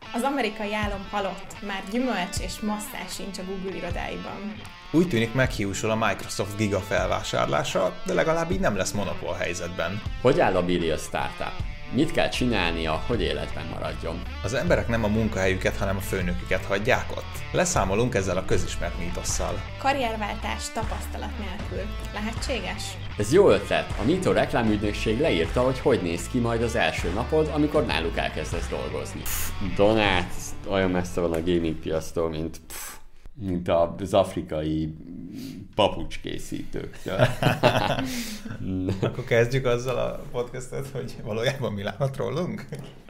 Az amerikai álom halott, már gyümölcs és masszás sincs a Google irodáiban. Úgy tűnik meghiúsul a Microsoft giga felvásárlása, de legalább így nem lesz monopól helyzetben. Hogy áll a Billy a startup? Mit kell csinálnia, hogy életben maradjon? Az emberek nem a munkahelyüket, hanem a főnöküket hagyják ott. Leszámolunk ezzel a közismert mítosszal. Karrierváltás tapasztalat nélkül. Lehetséges? Ez jó ötlet. A Mito reklámügynökség leírta, hogy néz ki majd az első napod, amikor náluk elkezdesz dolgozni. Donát olyan messze van a gaming piactól, mint az afrikai papucskészítőktől. Akkor kezdjük azzal a podcastet, hogy valójában mi a trollunk?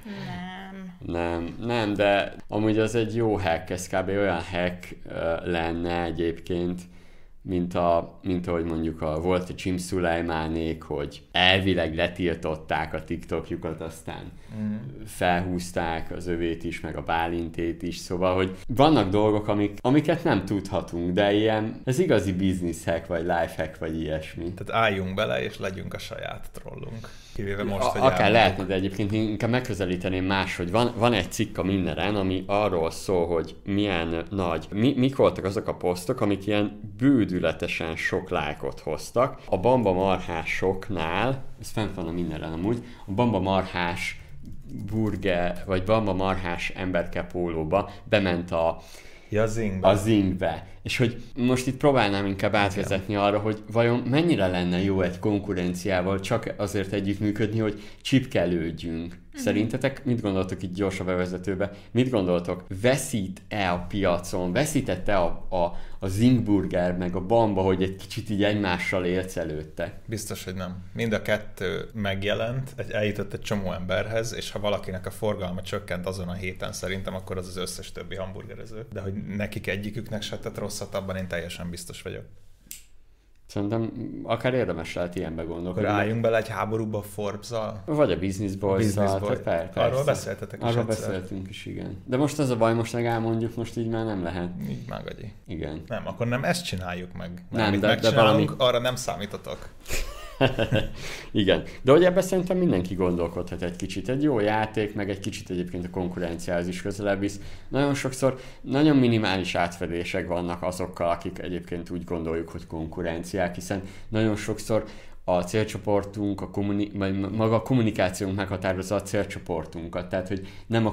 Nem, de amúgy az egy jó hack, ez kb. Olyan hack lenne egyébként, mint ahogy mondjuk volt a Jim Sulaimanék, hogy elvileg letiltották a TikTokjukat, aztán felhúzták az övét is, meg a Bálintét is, szóval, hogy vannak dolgok, amiket nem tudhatunk, de ilyen, ez igazi business hack, vagy life hack, vagy ilyesmi. Tehát álljunk bele, és legyünk a saját trollunk. Kivéve most, hogy akár lehetne, de egyébként inkább megközelíteném máshogy. Van egy cikk a Mindenen, ami arról szól, hogy milyen nagy, mik voltak azok a posztok, amik ilyen bődületesen sok lájkot hoztak. A Bamba marhásoknál, ez fent van a Mindenen amúgy, a Bamba marhás burger, vagy Bamba marhás emberke pólóba bement a Zingbe. És hogy most itt próbálnám inkább átvezetni arra, hogy vajon mennyire lenne jó egy konkurenciával csak azért együttműködni, hogy csipkelődjünk. Szerintetek mit gondoltok itt gyors a bevezetőbe? Mit gondoltok? Veszít-e a piacon? Veszítette a Zingburger meg a Bamba, hogy egy kicsit így egymással élsz előtte? Biztos, hogy nem. Mind a kettő megjelent, eljutott egy csomó emberhez, és ha valakinek a forgalma csökkent azon a héten szerintem, akkor az összes többi hamburgerező. De hogy nekik egyiküknek se tett rosszat, abban én teljesen biztos vagyok. Szerintem akár érdemes lehet ilyenbe gondolkodni. Akkor álljunk bele egy háborúba a Forbes-zal? Vagy a Business Boys-zal. Arról beszéltetek is Arról beszéltünk is, igen. De most az a baj, most meg elmondjuk, most így már nem lehet. Így már gagyi. Igen. Nem, akkor nem ezt csináljuk meg. Nem, de valami... arra nem számítotok. Igen. De hogy ebben szerintem mindenki gondolkodhat egy kicsit. Egy jó játék, meg egy kicsit egyébként a konkurenciához is közelebb visz. Nagyon sokszor nagyon minimális átfedések vannak azokkal, akik egyébként úgy gondoljuk, hogy konkurenciák, hiszen nagyon sokszor a célcsoportunk, maga a kommunikációnk meghatározza a célcsoportunkat. Tehát, hogy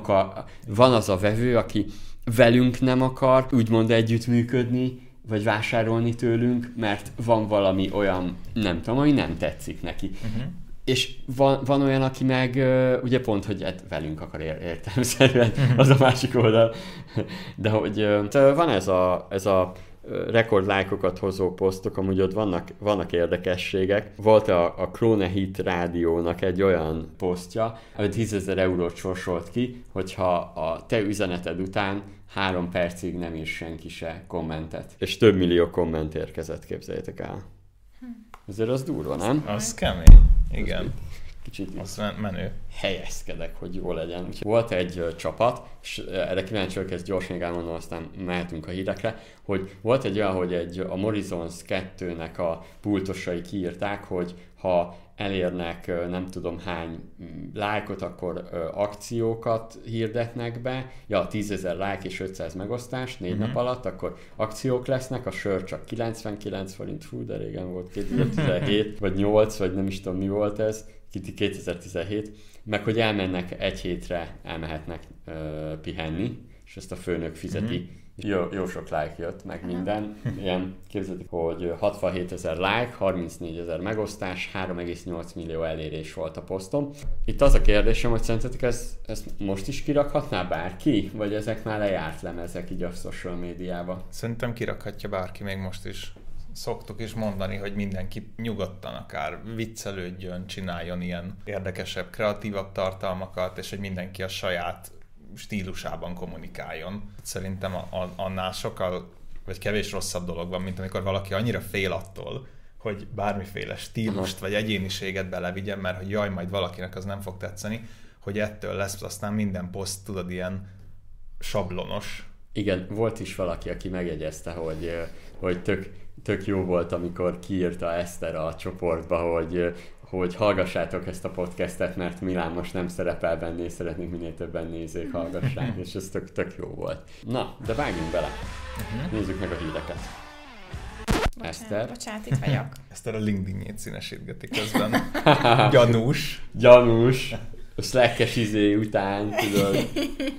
van az a vevő, aki velünk nem akar úgymond együttműködni, vagy vásárolni tőlünk, mert van valami olyan, nem tudom, ami nem tetszik neki. És van olyan, aki meg ugye pont, hogy velünk akar értelemszerűen, az a másik oldal. De hogy van ez a rekord lájkokat hozó posztok, amúgy ott vannak érdekességek. Volt a Krone Hit rádiónak egy olyan posztja, ami 10 000 eurót sorsolt ki, hogyha a te üzeneted után 3 percig nem ír senki se kommentet. És több millió komment érkezett, képzeljétek el. Ezért az durva, nem? Az kemény. Igen. Kicsit az menő. Helyezkedek, hogy jó legyen. Úgyhogy volt egy csapat, és erre kíváncsi vagyok, ezt gyorsan még elmondom, aztán mehetünk a hírekre, hogy volt egy olyan, hogy a Horizons 2-nek a pultosai kiírták, hogy ha elérnek nem tudom hány lájkot, akkor akciókat hirdetnek be. 10 000 lájk és 500 megosztás 4 nap alatt, akkor akciók lesznek, a sör csak 99 forint, de régen volt 2017, vagy 8, vagy nem is tudom mi volt ez, 2017, meg hogy elmennek egy hétre, elmehetnek pihenni, és ezt a főnök fizeti. Jó sok like jött, meg minden. Ilyen, képzeljétek, hogy 67 000 like, 34 000 megosztás, 3,8 millió elérés volt a posztom. Itt az a kérdésem, hogy szerintetek ezt most is kirakhatná bárki? Vagy ezek már lejárt lemezek így a social médiába? Szerintem kirakhatja bárki még most is. Szoktuk is mondani, hogy mindenki nyugodtan akár viccelődjön, csináljon ilyen érdekesebb, kreatívabb tartalmakat, és hogy mindenki a saját stílusában kommunikáljon. Szerintem annál sokkal, vagy kevés rosszabb dolog van, mint amikor valaki annyira fél attól, hogy bármiféle stílust vagy egyéniséget belevigyen, mert hogy jaj, majd valakinek az nem fog tetszeni, hogy ettől lesz aztán minden poszt, tudod, ilyen sablonos. Igen, volt is valaki, aki megjegyezte, hogy tök jó volt, amikor kiírta Eszter a csoportba, hogy hallgassátok ezt a podcastet, mert Milán most nem szerepel benne, és szeretnénk minél többen nézzék, hallgassák, és ez tök jó volt. Na, de vágjunk bele. Nézzük meg a híreket. Eszter. Bocsánat, itt vagyok. Eszter a LinkedIn-jét színesítgeti közben. Gyanús. A Slack-es után, tudod.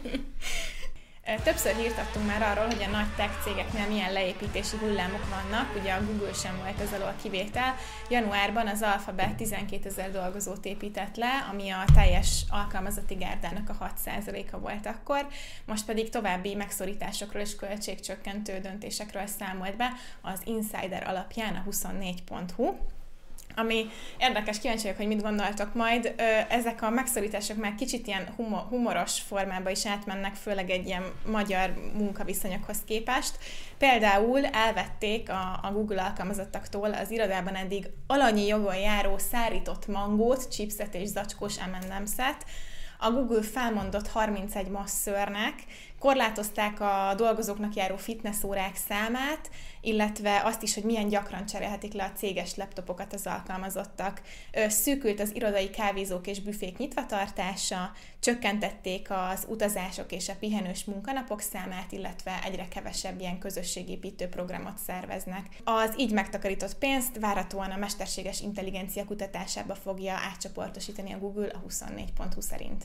Többször hírtattunk már arról, hogy a nagy tech cégeknél milyen leépítési hullámok vannak, ugye a Google sem volt ez alól kivétel. Januárban az Alphabet 12 000 dolgozót épített le, ami a teljes alkalmazotti gárdának a 6%-a volt akkor, most pedig további megszorításokról és költségcsökkentő döntésekről számolt be az Insider alapján a 24.hu. Ami érdekes, kíváncsi vagyok, hogy mit gondoltok majd. Ezek a megszorítások már kicsit ilyen humoros formába is átmennek, főleg egy ilyen magyar munkaviszonyokhoz képest. Például elvették a Google alkalmazottaktól az irodában eddig alanyi jogon járó szárított mangót, chipset és zacskós M&M's-et. A Google felmondott 31 masszörnek, korlátozták a dolgozóknak járó fitnessórák számát, illetve azt is, hogy milyen gyakran cserélhetik le a céges laptopokat az alkalmazottak. Szűkült az irodai kávézók és büfék nyitvatartása, csökkentették az utazások és a pihenős munkanapok számát, illetve egyre kevesebb ilyen közösségépítő programot szerveznek. Az így megtakarított pénzt várhatóan a mesterséges intelligencia kutatásába fogja átcsoportosítani a Google a 24.hu szerint.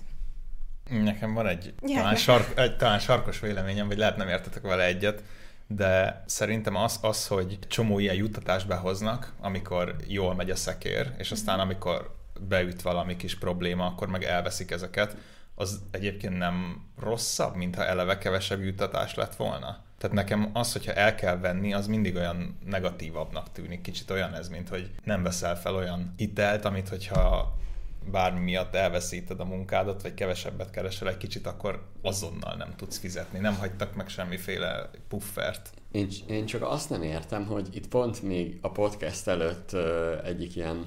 Nekem van egy talán sarkos véleményem, vagy lehet nem értetek vele egyet, de szerintem az, hogy csomó ilyen juttatást behoznak, amikor jól megy a szekér, és aztán amikor beüt valami kis probléma, akkor meg elveszik ezeket, az egyébként nem rosszabb, mintha eleve kevesebb juttatás lett volna. Tehát nekem az, hogyha el kell venni, az mindig olyan negatívabbnak tűnik. Kicsit olyan ez, mint hogy nem veszel fel olyan hitelt, amit hogyha bármi miatt elveszíted a munkádat, vagy kevesebbet keresel egy kicsit, akkor azonnal nem tudsz fizetni. Nem hagytak meg semmiféle puffert. Én csak azt nem értem, hogy itt pont még a podcast előtt egyik ilyen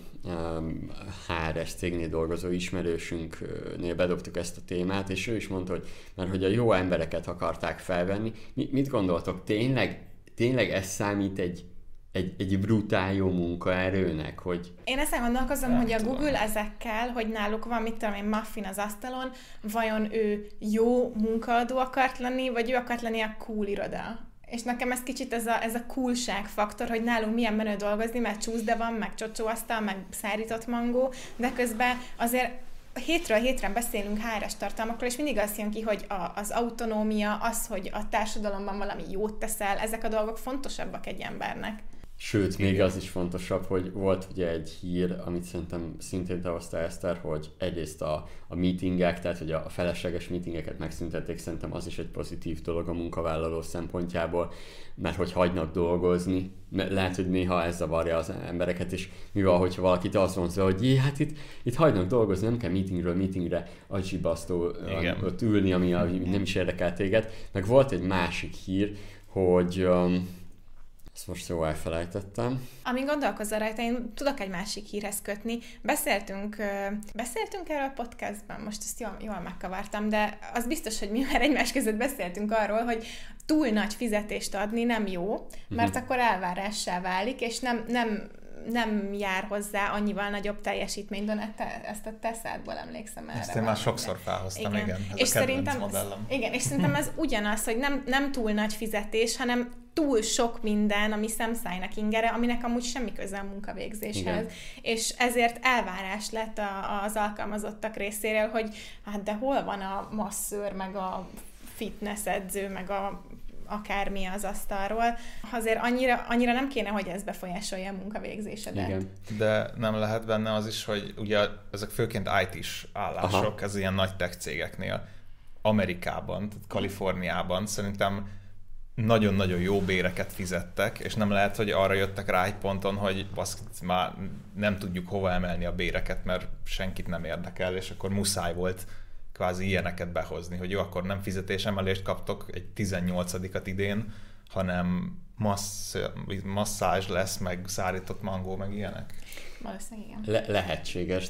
HR-es cégnél dolgozó ismerősünknél bedobtuk ezt a témát, és ő is mondta, hogy mert hogy a jó embereket akarták felvenni. Mit gondoltok? Tényleg ez számít egy brutál jó munkaerőnek, hogy... Én ezen gondolkozom, hogy a Google ezekkel, hogy náluk van, mit tudom én, muffin az asztalon, vajon ő jó munkaadó akart lenni, vagy ő akart lenni a cool iroda? És nekem ez kicsit ez a coolság faktor, hogy nálunk milyen menő dolgozni, mert csúszda van, meg csocsóasztal, meg szárított mangó, de közben azért hétről hétre beszélünk HR-es tartalmakról, és mindig azt jön ki, hogy az autonómia, az, hogy a társadalomban valami jót teszel, ezek a dolgok fontosabbak egy embernek. Sőt, még az is fontosabb, hogy volt ugye egy hír, amit szerintem szintén te hoztál, Eszter, hogy egyrészt a meetingek, tehát hogy a felesleges meetingeket megszüntették, szerintem az is egy pozitív dolog a munkavállaló szempontjából, mert hogy hagynak dolgozni, lehet, hogy néha ez zavarja az embereket, és mivel, hogyha valakit azt mondja, hogy hát itt hagynak dolgozni, nem kell meetingről meetingre agybasztó ott ülni, ami nem is érdekel téged. Meg volt egy másik hír, hogy... ezt most jól elfelejtettem. Amíg gondolkozol rajta, én tudok egy másik hírhez kötni. Beszéltünk erről a podcastban, most ezt jól megkavartam, de az biztos, hogy mi már egymás között beszéltünk arról, hogy túl nagy fizetést adni nem jó, mert akkor elvárássá válik, és nem jár hozzá annyival nagyobb teljesítményt, de ezt a Tesszádból emlékszem erre. Ezt én már sokszor felhoztam, igen. Ez és a kedvenc modellem. Igen, és szerintem ez ugyanaz, hogy nem túl nagy fizetés, hanem túl sok minden, ami szemszájnak ingere, aminek amúgy semmi köze a munkavégzéshez. Igen. És ezért elvárás lett az alkalmazottak részéről, hogy hát de hol van a masszőr, meg a fitness edző, meg akármi az asztalról. Azért annyira nem kéne, hogy ez befolyásolja a munkavégzésedet. Igen. De nem lehet benne az is, hogy ugye ezek főként IT-s állások, ez ilyen nagy tech cégeknél. Amerikában, tehát Kaliforniában szerintem nagyon-nagyon jó béreket fizettek, és nem lehet, hogy arra jöttek rá egy ponton, hogy már nem tudjuk hova emelni a béreket, mert senkit nem érdekel, és akkor muszáj volt kvázi ilyeneket behozni, hogy jó, akkor nem fizetésemelést kaptok egy 18-at idén, hanem masszázs lesz, meg szárított mangó, meg ilyenek. Valószínűleg igen. Lehetséges,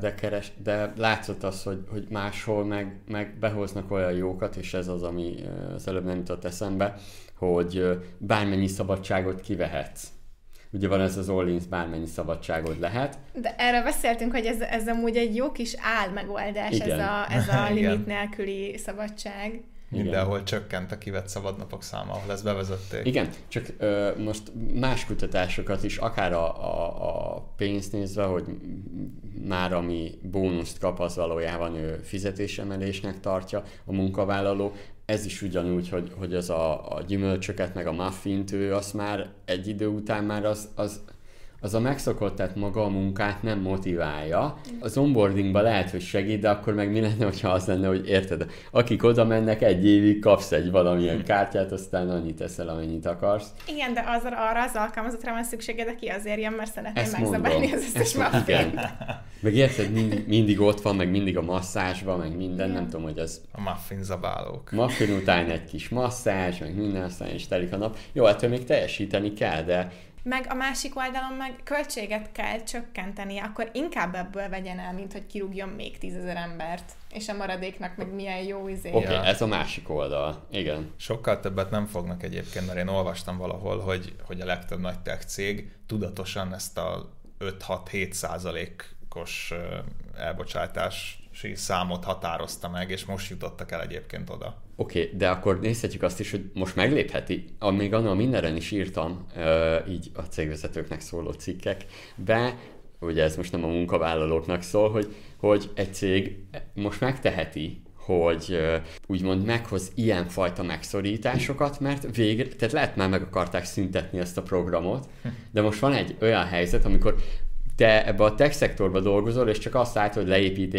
de látszott az, hogy máshol meg behoznak olyan jókat, és ez az, ami az előbb nem jutott eszembe, hogy bármennyi szabadságot kivehetsz. ugye van ez az all-in, bármennyi szabadságod lehet. De erről beszéltünk, hogy ez amúgy egy jó kis álmegoldás, ez a limit nélküli szabadság. Mindenhol csökkent a kivett szabadnapok száma, ahol ezt bevezették. Igen, csak most más kutatásokat is, akár a pénzt nézve, hogy már ami bónuszt kap, az valójában ő fizetésemelésnek tartja a munkavállaló. Ez is ugyanúgy, hogy az a gyümölcsöket, meg a muffint, ő azt már egy idő után már az a megszokott, tehát maga a munkát nem motiválja. Az onboardingban lehet, hogy segít, de akkor meg mi lenne, hogyha az lenne, hogy érted, akik oda mennek, egy évig kapsz egy valamilyen kártyát, aztán annyit eszel, amennyit akarsz. Igen, de arra az alkalmazottra van szükséged, aki azért jön, mert szeretném megzabálni az összes muffint. Meg érted, mindig ott van, meg mindig a masszázsban, meg minden, nem tudom, hogy az... A muffin zabálók. Muffin után egy kis masszázs, meg minden, aztán is telik a nap. Jó, ettől még teljesíteni kell, de... Meg a másik oldalon meg költséget kell csökkenteni, akkor inkább ebből vegyen el, mint hogy kirúgjon még 10 000 embert, és a maradéknak meg milyen jó izéje. Oké, ez a másik oldal, igen. Sokkal többet nem fognak egyébként, mert én olvastam valahol, hogy a legtöbb nagy tech cég tudatosan ezt a 5-6-7%-os elbocsátási számot határozta meg, és most jutottak el egyébként oda. Oké, de akkor nézhetjük azt is, hogy most meglépheti. Még annól mindenen is írtam így a cégvezetőknek szóló cikkekbe, ugye ez most nem a munkavállalóknak szól, hogy egy cég most megteheti, hogy úgymond meghoz ilyenfajta megszorításokat, mert tehát lehet már meg akarták szüntetni ezt a programot, de most van egy olyan helyzet, amikor te ebbe a tech szektorba dolgozol, és csak azt látod, hogy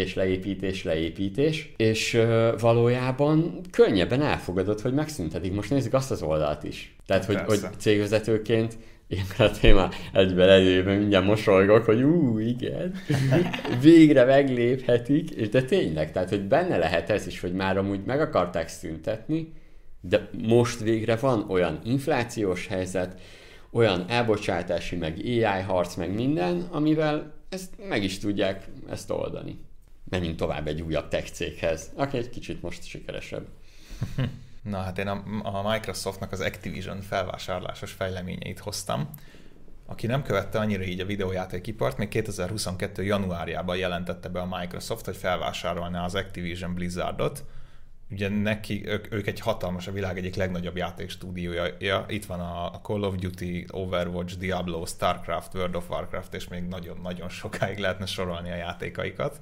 leépítés, és valójában könnyebben elfogadod, hogy megszüntetik. Most nézzük azt az oldalt is. Tehát, hogy cégvezetőként ilyenkor a téma egyben előben mindjárt mosolygok, hogy igen, végre megléphetik, de tényleg, tehát, hogy benne lehet ez is, hogy már amúgy meg akarták szüntetni, de most végre van olyan inflációs helyzet, olyan elbocsátási, meg AI harc, meg minden, amivel ezt meg is tudják ezt oldani. Menjünk tovább egy újabb tech céghez, aki egy kicsit most sikeresebb. Na hát én a Microsoftnak az Activision felvásárlásos fejleményeit hoztam. Aki nem követte annyira így a videójátékipart, még 2022. januárjában jelentette be a Microsoft, hogy felvásárolná az Activision Blizzardot. Ugye ők egy hatalmas, a világ egyik legnagyobb játékstúdiója. Itt van a Call of Duty, Overwatch, Diablo, Starcraft, World of Warcraft, és még nagyon-nagyon sokáig lehetne sorolni a játékaikat.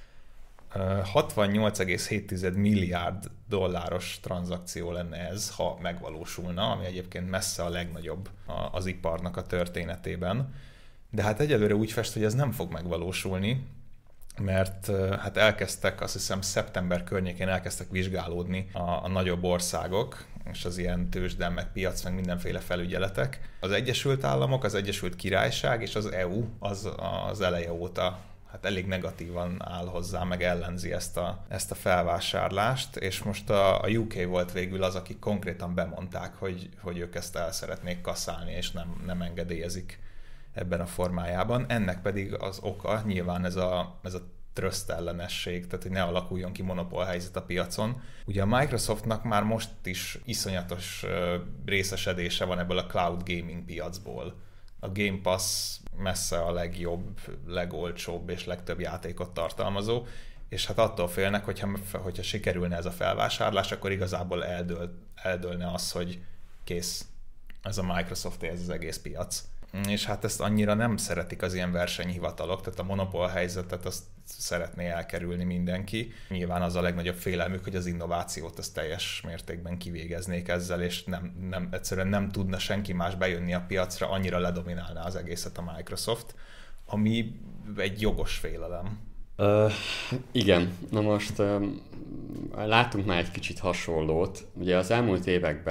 68,7 milliárd dolláros tranzakció lenne ez, ha megvalósulna, ami egyébként messze a legnagyobb az iparnak a történetében. De hát egyelőre úgy fest, hogy ez nem fog megvalósulni, mert hát elkezdtek, azt hiszem szeptember környékén elkezdtek vizsgálódni a nagyobb országok, és az ilyen tőzsden, meg piac, meg mindenféle felügyeletek. Az Egyesült Államok, az Egyesült Királyság és az EU az eleje óta hát elég negatívan áll hozzá, meg ellenzi ezt a felvásárlást, és most a UK volt végül az, akik konkrétan bemondták, hogy ők ezt el szeretnék kasszálni, és nem engedélyezik ebben a formájában. Ennek pedig az oka nyilván ez a trust ellenesség, tehát hogy ne alakuljon ki monopól-helyzet a piacon. Ugye a Microsoftnak már most is iszonyatos részesedése van ebből a cloud gaming piacból. A Game Pass messze a legjobb, legolcsóbb és legtöbb játékot tartalmazó, és hát attól félnek, hogyha sikerülne ez a felvásárlás, akkor igazából eldőlne az, hogy kész, ez a Microsoft, ez az egész piac. És hát ezt annyira nem szeretik az ilyen versenyhivatalok, tehát a monopól helyzetet azt szeretné elkerülni mindenki. Nyilván az a legnagyobb félelmük, hogy az innovációt azt teljes mértékben kivégeznék ezzel, és egyszerűen nem tudna senki más bejönni a piacra, annyira ledominálná az egészet a Microsoft, ami egy jogos félelem. Igen, na most látunk már egy kicsit hasonlót. Ugye az elmúlt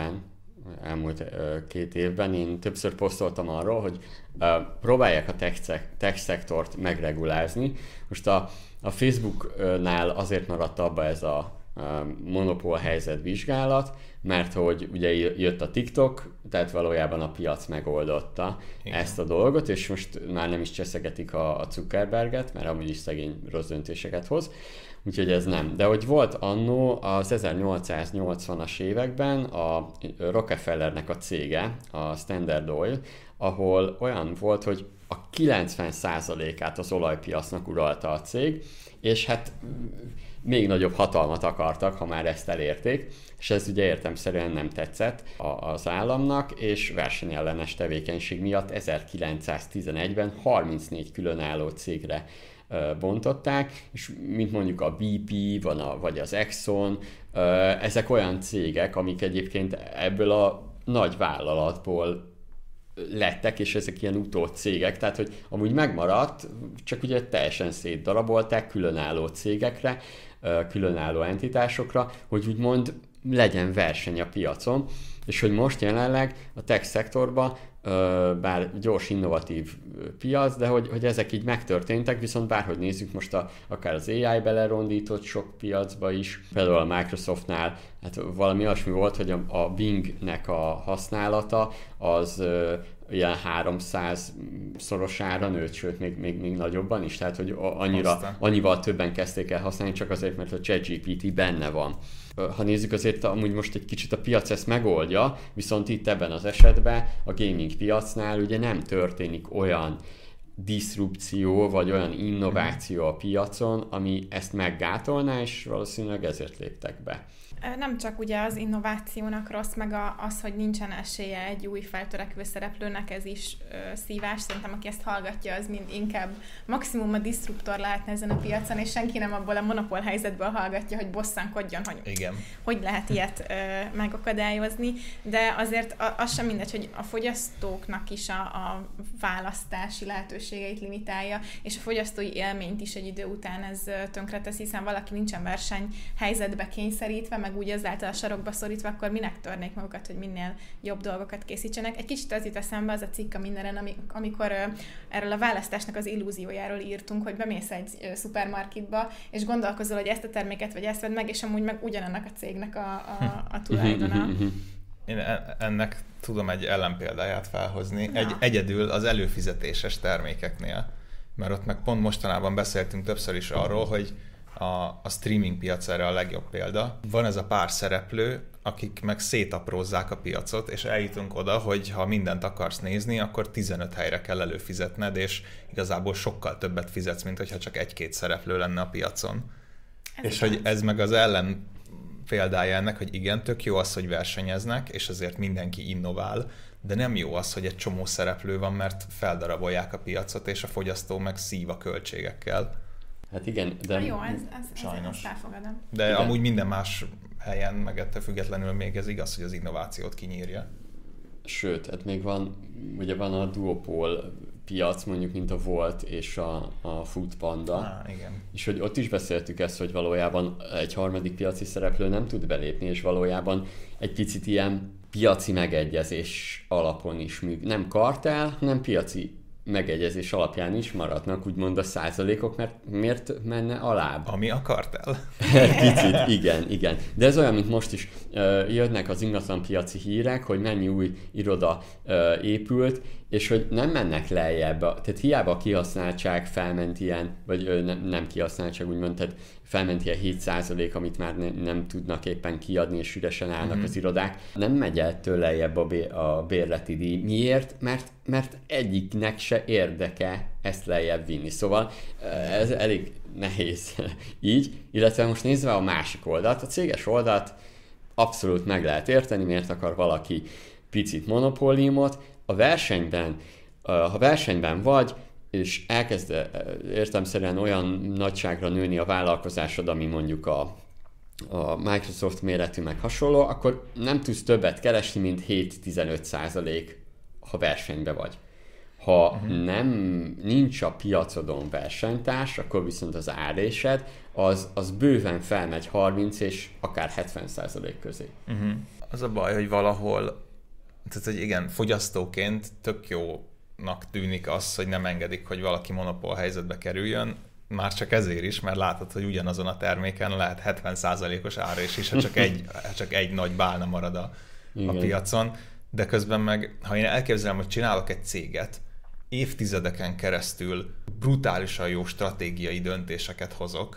2 évben én többször posztoltam arról, hogy próbálják a tech szektort megregulázni. Most a Facebooknál azért maradt abba ez a monopól helyzet vizsgálat, mert hogy ugye jött a TikTok, tehát valójában a piac megoldotta ezt a dolgot, és most már nem is cseszegetik a Zuckerberget, mert amúgy is szegény rossz döntéseket hoz. úgyhogy ez nem. De hogy volt annó az 1880-as években a Rockefellernek a cége, a Standard Oil, ahol olyan volt, hogy a 90%-át az olajpiacnak uralta a cég, és hát még nagyobb hatalmat akartak, ha már ezt elérték, és ez ugye értelemszerűen nem tetszett az államnak, és versenyellenes tevékenység miatt 1911-ben 34 különálló cégre bontották, és mint mondjuk a BP, vagy az Exxon, ezek olyan cégek, amik egyébként ebből a nagy vállalatból lettek, és ezek ilyen utódcégek, tehát hogy amúgy megmaradt, csak ugye teljesen szétdarabolták különálló cégekre, különálló entitásokra, hogy úgymond legyen verseny a piacon, és hogy most jelenleg a tech szektorban, bár gyors, innovatív piac, de hogy ezek így megtörténtek, viszont bárhogy nézzük most akár az AI belerondított sok piacba is, például a Microsoftnál, hát valami olyasmi volt, hogy a Bingnek a használata az ilyen 300-szorosára nőtt, sőt még nagyobban is, tehát hogy annyival többen kezdték el használni, csak azért, mert a ChatGPT benne van. Ha nézzük, azért amúgy most egy kicsit a piac ezt megoldja, viszont itt ebben az esetben a gaming piacnál ugye nem történik olyan diszrupció, vagy olyan innováció a piacon, ami ezt meggátolná, és valószínűleg ezért léptek be. Nem csak ugye az innovációnak rossz, meg az, hogy nincsen esélye egy új feltörekvő szereplőnek, ez is szívás. Szerintem, aki ezt hallgatja, az mind inkább maximum a diszruptor lehetne ezen a piacon, és senki nem abból a monopól helyzetből hallgatja, hogy bosszankodjon, hogy lehet ilyet megakadályozni. De azért az sem mindegy, hogy a fogyasztóknak is a választási lehetőségeit limitálja, és a fogyasztói élményt is egy idő után ez tönkretesz, hiszen valaki nincsen versenyhelyzetbe kényszerítve, meg úgy ezáltal a sarokba szorítva, akkor minek törnék magukat, hogy minél jobb dolgokat készítsenek. Egy kicsit az jut eszembe az a cikk a Mindenen, amikor erről a választásnak az illúziójáról írtunk, hogy bemész egy szupermarketba, és gondolkozol, hogy ezt a terméket vagy ezt vedd meg, és amúgy meg ugyanannak a cégnek a tulajdona. Én ennek tudom egy ellenpéldáját felhozni. Egyedül az előfizetéses termékeknél, mert ott meg pont mostanában beszéltünk többször is arról, hogy a streaming piac erre a legjobb példa. Van ez a pár szereplő, akik meg szétaprózzák a piacot, és eljutunk oda, hogy ha mindent akarsz nézni, akkor 15 helyre kell előfizetned, és igazából sokkal többet fizetsz, mint hogyha csak egy-két szereplő lenne a piacon. És hogy ez meg az ellen példája ennek, hogy igen, tök jó az, hogy versenyeznek, és azért mindenki innovál, de nem jó az, hogy egy csomó szereplő van, mert feldarabolják a piacot, és a fogyasztó meg szív a költségekkel. Hát igen, de... Jó, ezt elfogadom. De igen. Amúgy minden más helyen, meg ettől függetlenül még ez igaz, hogy az innovációt kinyírja. Sőt, hát még van a duopól piac, mondjuk, mint a Volt és a Foodpanda. Igen. És hogy ott is beszéltük ezt, hogy valójában egy harmadik piaci szereplő nem tud belépni, és valójában egy picit ilyen piaci megegyezés alapon is működik. Nem kartel, hanem piaci megegyezés alapján is maradnak úgymond a százalékok, mert miért menne alább? Ami a kartel. Picit, igen. De ez olyan, mint most is jönnek az ingatlanpiaci hírek, hogy mennyi új iroda épült, és hogy nem mennek lejjebb. Tehát hiába a kihasználtság felment ilyen, vagy nem kihasználtság úgymond, tehát felment ilyen 7%, amit már nem tudnak éppen kiadni, és üresen állnak az irodák. Nem megy ettől lejjebb a bérleti díj. Miért? Mert egyiknek se érdeke ezt lejjebb vinni. Szóval ez elég nehéz így, illetve most nézve a másik oldalt, a céges oldalt abszolút meg lehet érteni, miért akar valaki picit monopóliumot. Ha versenyben vagy, és elkezd értelemszerűen olyan nagyságra nőni a vállalkozásod, ami mondjuk a Microsoft méretű meg hasonló, akkor nem tudsz többet keresni, mint 7-15%, ha versenyben vagy. Ha nincs a piacodon versenytárs, akkor viszont az árésed az bőven felmegy 30 és akár 70% közé. Az a baj, hogy valahol, tehát hogy igen, fogyasztóként tök jónak tűnik az, hogy nem engedik, hogy valaki monopól helyzetbe kerüljön, már csak ezért is, mert látod, hogy ugyanazon a terméken lehet 70%-os árés is, ha csak egy nagy bálna marad a piacon, de közben meg, ha én elképzelem, hogy csinálok egy céget, évtizedeken keresztül brutálisan jó stratégiai döntéseket hozok,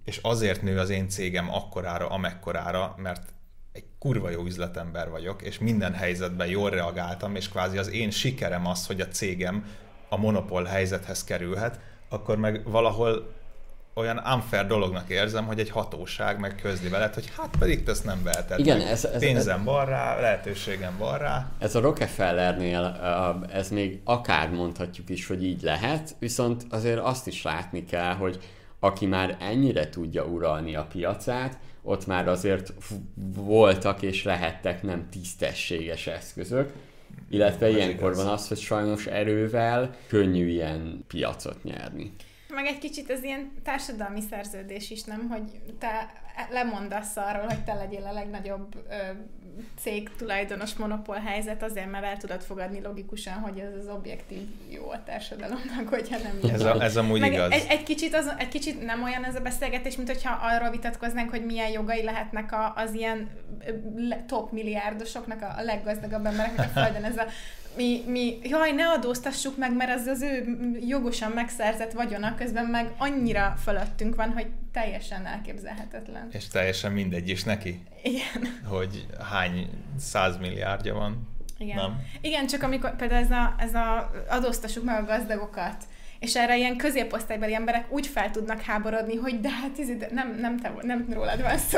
és azért nő az én cégem akkorára, amekkorára, mert egy kurva jó üzletember vagyok, és minden helyzetben jól reagáltam, és kvázi az én sikerem az, hogy a cégem a monopól helyzethez kerülhet, akkor meg valahol olyan unfair dolognak érzem, hogy egy hatóság meg közli veled, hogy hát pedig te ezt nem veheted. Igen, pénzem van rá, lehetőségem van rá. Ez a Rockefellernél, ez még akár mondhatjuk is, hogy így lehet, viszont azért azt is látni kell, hogy aki már ennyire tudja uralni a piacát, ott már azért voltak és lehettek nem tisztességes eszközök, illetve ilyenkor van az, hogy sajnos erővel könnyű ilyen piacot nyerni. Meg egy kicsit ez ilyen társadalmi szerződés is, nem? Hogy te lemondasz arról, hogy te legyél a legnagyobb cég tulajdonos monopól helyzet, azért mert el tudod fogadni logikusan, hogy ez az objektív jó a társadalomnak, hogyha nem így. Ez amúgy meg igaz. Egy kicsit nem olyan ez a beszélgetés, mint hogyha arról vitatkoznánk, hogy milyen jogai lehetnek az ilyen top milliárdosoknak, a leggazdagabb embereknek a földön. Ez a jaj, ne adóztassuk meg, mert az ő jogosan megszerzett vagyona, közben meg annyira fölöttünk van, hogy teljesen elképzelhetetlen. És teljesen mindegy is neki. Igen. Hogy hány 100 milliárdja van. Igen. Nem? Igen, csak amikor például ez a adóztassuk meg a gazdagokat, és erre ilyen középosztálybeli emberek úgy fel tudnak háborodni, hogy de hát nem rólad van szó.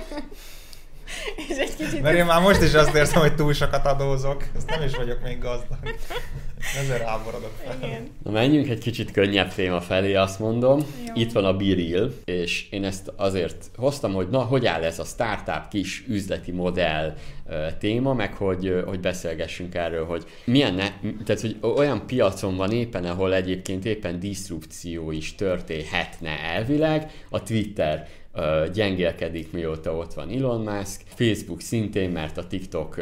És egy kicsit... Mert én már most is azt érzem, hogy túl sokat adózok. Ezt nem is vagyok még gazdag. Ezért háborodok fel. Igen. Na menjünk egy kicsit könnyebb téma felé, azt mondom. Jó. Itt van a BeReal, és én ezt azért hoztam, hogy hogy áll ez a startup kis üzleti modell téma, meg hogy beszélgessünk erről, hogy tehát hogy olyan piacon van éppen, ahol egyébként éppen diszrupció is történhetne elvileg. A Twitter gyengélkedik, mióta ott van Elon Musk. Facebook szintén, mert a TikTok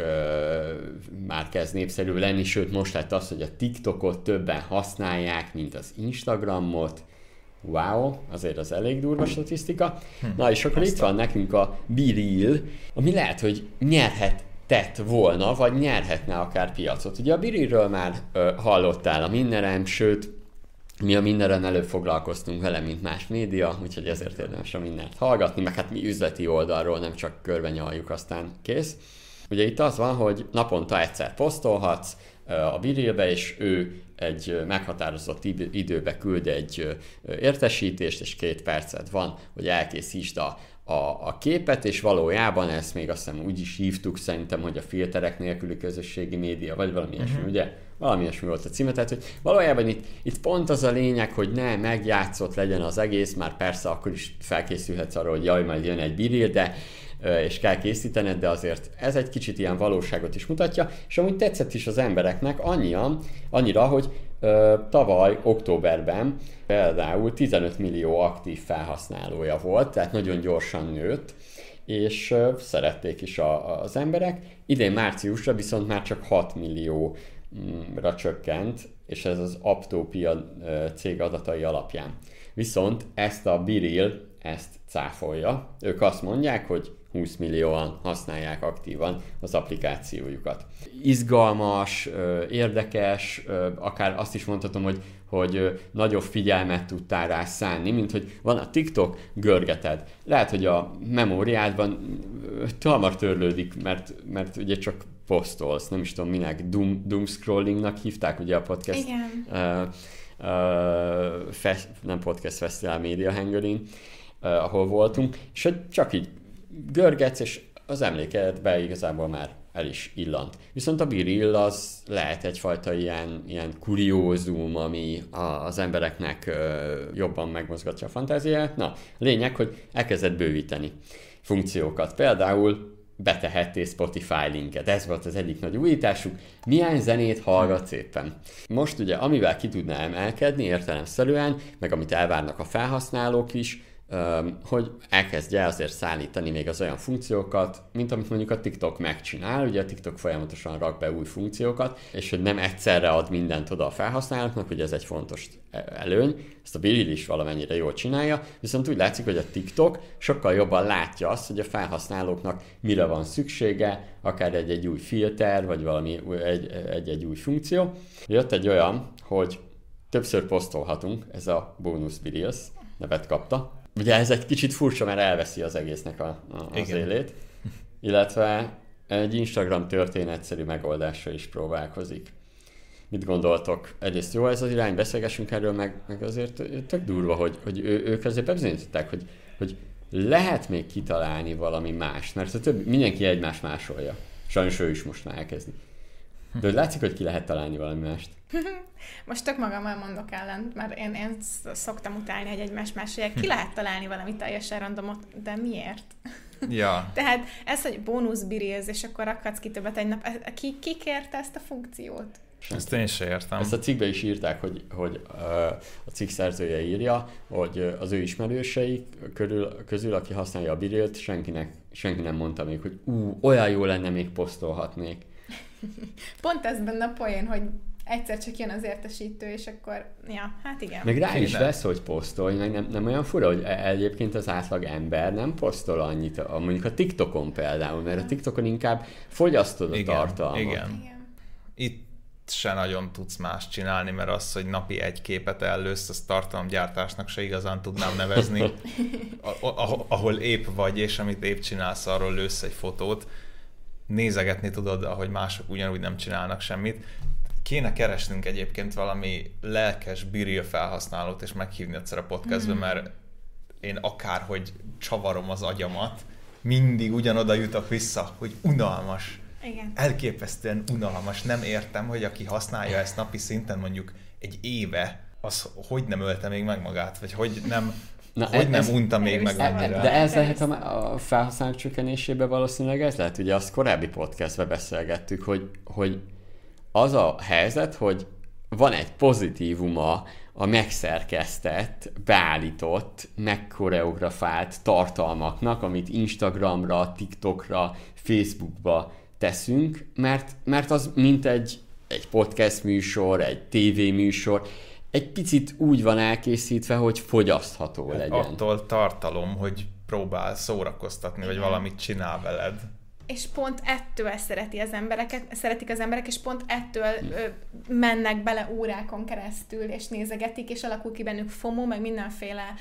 már kezd népszerű lenni, sőt most lett az, hogy a TikTokot többen használják, mint az Instagramot. Wow, azért az elég durva statisztika. Na és akkor itt van nekünk a BeReal, ami lehet, hogy nyerhetett volna, vagy nyerhetne akár piacot. Ugye a BeRealről már hallottál a Mindenem, sőt, mi a Mindenen előbb foglalkoztunk vele, mint más média, úgyhogy ezért érdemes a Mindent hallgatni, meg hát mi üzleti oldalról nem csak körbenyaljuk, aztán kész. Ugye itt az van, hogy naponta egyszer posztolhatsz a BeRealbe, és ő egy meghatározott időbe küld egy értesítést, és 2 perced van, hogy elkészítsd a képet, és valójában ezt még azt hiszem úgy is hívtuk szerintem, hogy a filterek nélküli közösségi média, vagy valami ilyesmi, ugye? Valami ilyesmi volt a címe, tehát hogy valójában itt pont az a lényeg, hogy ne megjátszott legyen az egész, már persze akkor is felkészülhetsz arra, hogy jaj, majd jön egy BeReal, de és kell készítened, de azért ez egy kicsit ilyen valóságot is mutatja, és amúgy tetszett is az embereknek annyira, hogy tavaly októberben például 15 millió aktív felhasználója volt, tehát nagyon gyorsan nőtt, és szerették is az emberek. Idén márciusra viszont már csak 6 millióra csökkent, és ez az Aptopia cég adatai alapján. Viszont ezt a BeReal ezt cáfolja. Ők azt mondják, hogy 20 millióan használják aktívan az applikációjukat. Izgalmas, érdekes, akár azt is mondhatom, hogy nagyobb figyelmet tudtál rá szánni, mint hogy van a TikTok, görgeted. Lehet, hogy a memóriádban hamar törlődik, mert ugye csak posztolsz, nem is tudom minek, doom scrollingnak hívták ugye a podcast. Igen. Nem podcast fesztivál, Media Hangarin, ahol voltunk, és hogy csak így görgetsz, és az emlékedbe igazából már el is illant. Viszont a BeReal az lehet egyfajta ilyen kuriózum, ami az embereknek jobban megmozgatja a fantáziáját. Na, lényeg, hogy elkezdett bővíteni funkciókat. Például betehettél Spotify linket. Ez volt az egyik nagy újításuk. Milyen zenét hallgatsz éppen? Most ugye, amivel ki tudná emelkedni értelemszerűen, meg amit elvárnak a felhasználók is, hogy elkezdje azért szállítani még az olyan funkciókat, mint amit mondjuk a TikTok megcsinál, ugye a TikTok folyamatosan rak be új funkciókat, és hogy nem egyszerre ad mindent oda a felhasználóknak, hogy ez egy fontos előny, ezt a BeReal is valamennyire jól csinálja, viszont úgy látszik, hogy a TikTok sokkal jobban látja azt, hogy a felhasználóknak mire van szüksége, akár egy új filter, vagy valami egy új funkció. Jött egy olyan, hogy többször posztolhatunk, ez a Bonus BeReals nevet kapta, ugye ez egy kicsit furcsa, mert elveszi az egésznek az élét, illetve egy Instagram történetszerű megoldásra is próbálkozik. Mit gondoltok? Egyrészt jó ez az irány, beszélgessünk erről, meg azért tök durva, hogy ők azért bebizonyították, hogy lehet még kitalálni valami más, mert a többi, mindenki egymást másolja. Sajnos ő is most már elkezdi. De hogy látszik, hogy ki lehet találni valami mást. Most tök magammal mondok ellent, mert én szoktam utálni, hogy egymás másolják. Ki lehet találni valami teljesen randomot, de miért? Ja. Tehát ez, hogy bónuszbiréz, és akkor rakhatsz ki többet egy nap, ki kérte ezt a funkciót? Ezt én sem értem. Ezt a cikkben is írták, hogy a cikk szerzője írja, hogy az ő ismerősei közül, aki használja a Birilt, senki nem mondta még, hogy olyan jó lenne, még posztolhatnék. Pont ez benne a poén, hogy egyszer csak jön az értesítő, és akkor, ja, hát igen. Meg rá is vesz, hogy posztolj, meg nem olyan fura, hogy egyébként az átlag ember nem posztol annyit, mondjuk a TikTokon például, mert a TikTokon inkább fogyasztod a tartalmat. Igen. Itt se nagyon tudsz más csinálni, mert az, hogy napi egy képet ellősz, azt tartalomgyártásnak se igazán tudnám nevezni. Ahol épp vagy, és amit épp csinálsz, arról lősz egy fotót, nézegetni tudod, ahogy mások ugyanúgy nem csinálnak semmit. Kéne keresnünk egyébként valami lelkes Biril felhasználót, és meghívni egyszer a podcastbe, mert én akárhogy csavarom az agyamat, mindig ugyanoda jutok vissza, hogy unalmas. Igen. Elképesztően unalmas. Nem értem, hogy aki használja ezt napi szinten mondjuk egy éve, az hogy nem ölte még meg magát, vagy hogy nem, nem unta még meg annyira. De ez lehet a felhasználók csökkenésében valószínűleg ez lehet. Ugye azt korábbi podcastben beszélgettük, hogy az a helyzet, hogy van egy pozitívuma a megszerkesztett, beállított, megkoreografált tartalmaknak, amit Instagramra, TikTokra, Facebookba teszünk, mert az mint egy podcast műsor, egy tévéműsor, egy picit úgy van elkészítve, hogy fogyasztható legyen. Attól tartalom, hogy próbál szórakoztatni, vagy valamit csinál veled. És pont ettől szeretik az emberek, és pont ettől mennek bele órákon keresztül, és nézegetik, és alakul ki bennük FOMO, meg mindenféle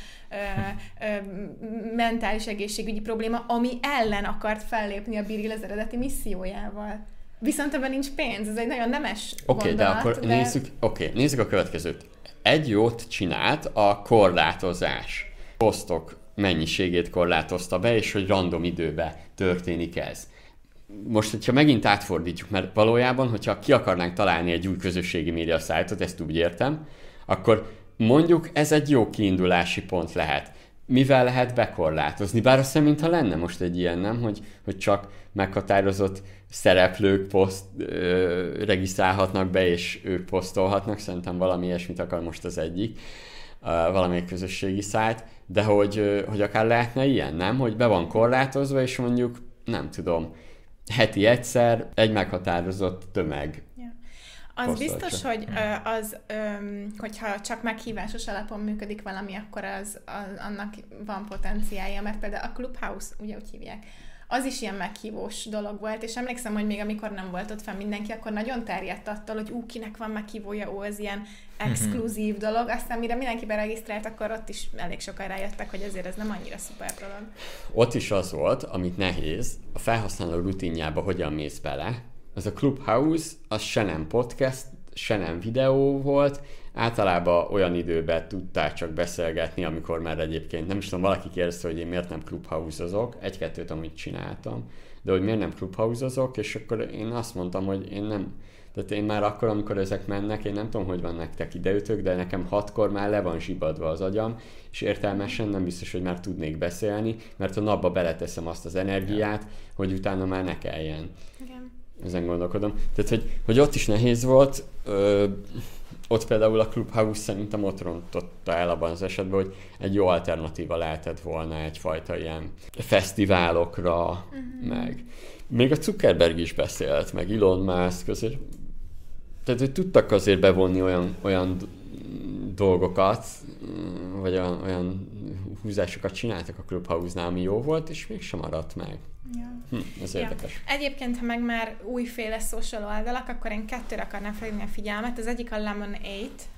mentális egészségügyi probléma, ami ellen akart fellépni a Biril az eredeti missziójával. Viszont ebben nincs pénz, ez egy nagyon nemes gondolat. De akkor nézzük a következőt. Egy jót csinált a korlátozás. Posztok mennyiségét korlátozta be, és hogy random időben történik ez. Most, hogyha megint átfordítjuk, mert valójában, hogyha ki akarnánk találni egy új közösségi média szájtot, ezt úgy értem, akkor mondjuk ez egy jó kiindulási pont lehet. Mivel lehet bekorlátozni? Bár azt hiszem, mintha lenne most egy ilyen, nem? Hogy csak meghatározott szereplők regisztrálhatnak be, és ők posztolhatnak. Szerintem valami ilyesmit akar most az egyik, valamelyik közösségi szájt, de hogy akár lehetne ilyen, nem? Hogy be van korlátozva, és mondjuk, nem tudom, heti egyszer egy meghatározott tömeg. Ja. Az biztos, hogy hogyha csak meghívásos alapon működik valami, akkor annak van potenciálja, mert például a Clubhouse, ugye úgy hívják, az is ilyen meghívós dolog volt, és emlékszem, hogy még amikor nem volt ott fenn mindenki, akkor nagyon terjedt attól, hogy kinek van meghívója, az ilyen exkluzív dolog, aztán mire mindenki beregisztrált, akkor ott is elég sokan rájöttek, hogy azért ez nem annyira szuper dolog. Ott is az volt, amit nehéz, a felhasználó rutinjába hogyan mész bele. Az a Clubhouse, az se nem podcast, se nem videó volt, általában olyan időben tudtál csak beszélgetni, amikor már egyébként, nem is tudom, valaki kérdezte, hogy én miért nem Clubhouse-ozok, egy-kettőt amúgy csináltam, de hogy miért nem Clubhouse-ozok, és akkor én azt mondtam, hogy én nem, tehát én már akkor, amikor ezek mennek, én nem tudom, hogy van nektek ideütök, de nekem 6-kor már le van zsibadva az agyam, és értelmesen nem biztos, hogy már tudnék beszélni, mert a napba beleteszem azt az energiát, hogy utána már ne kelljen. Igen. Ezen gondolkodom. Tehát, hogy ott is nehéz volt, ott például a Clubhouse szerintem ott rontotta el abban az esetben, hogy egy jó alternatíva lehetett volna egyfajta ilyen fesztiválokra, meg még a Zuckerberg is beszélt, meg Elon Musk azért, tehát hogy tudtak azért bevonni olyan dolgokat, vagy olyan húzásokat csináltak a Clubhouse-nál, ami jó volt, és mégsem maradt meg. Ja. Ez érdekes. Egyébként, ha meg már újféle social oldalak, akkor én 2-re akarnám felhívni a figyelmet. Az egyik a Lemon8,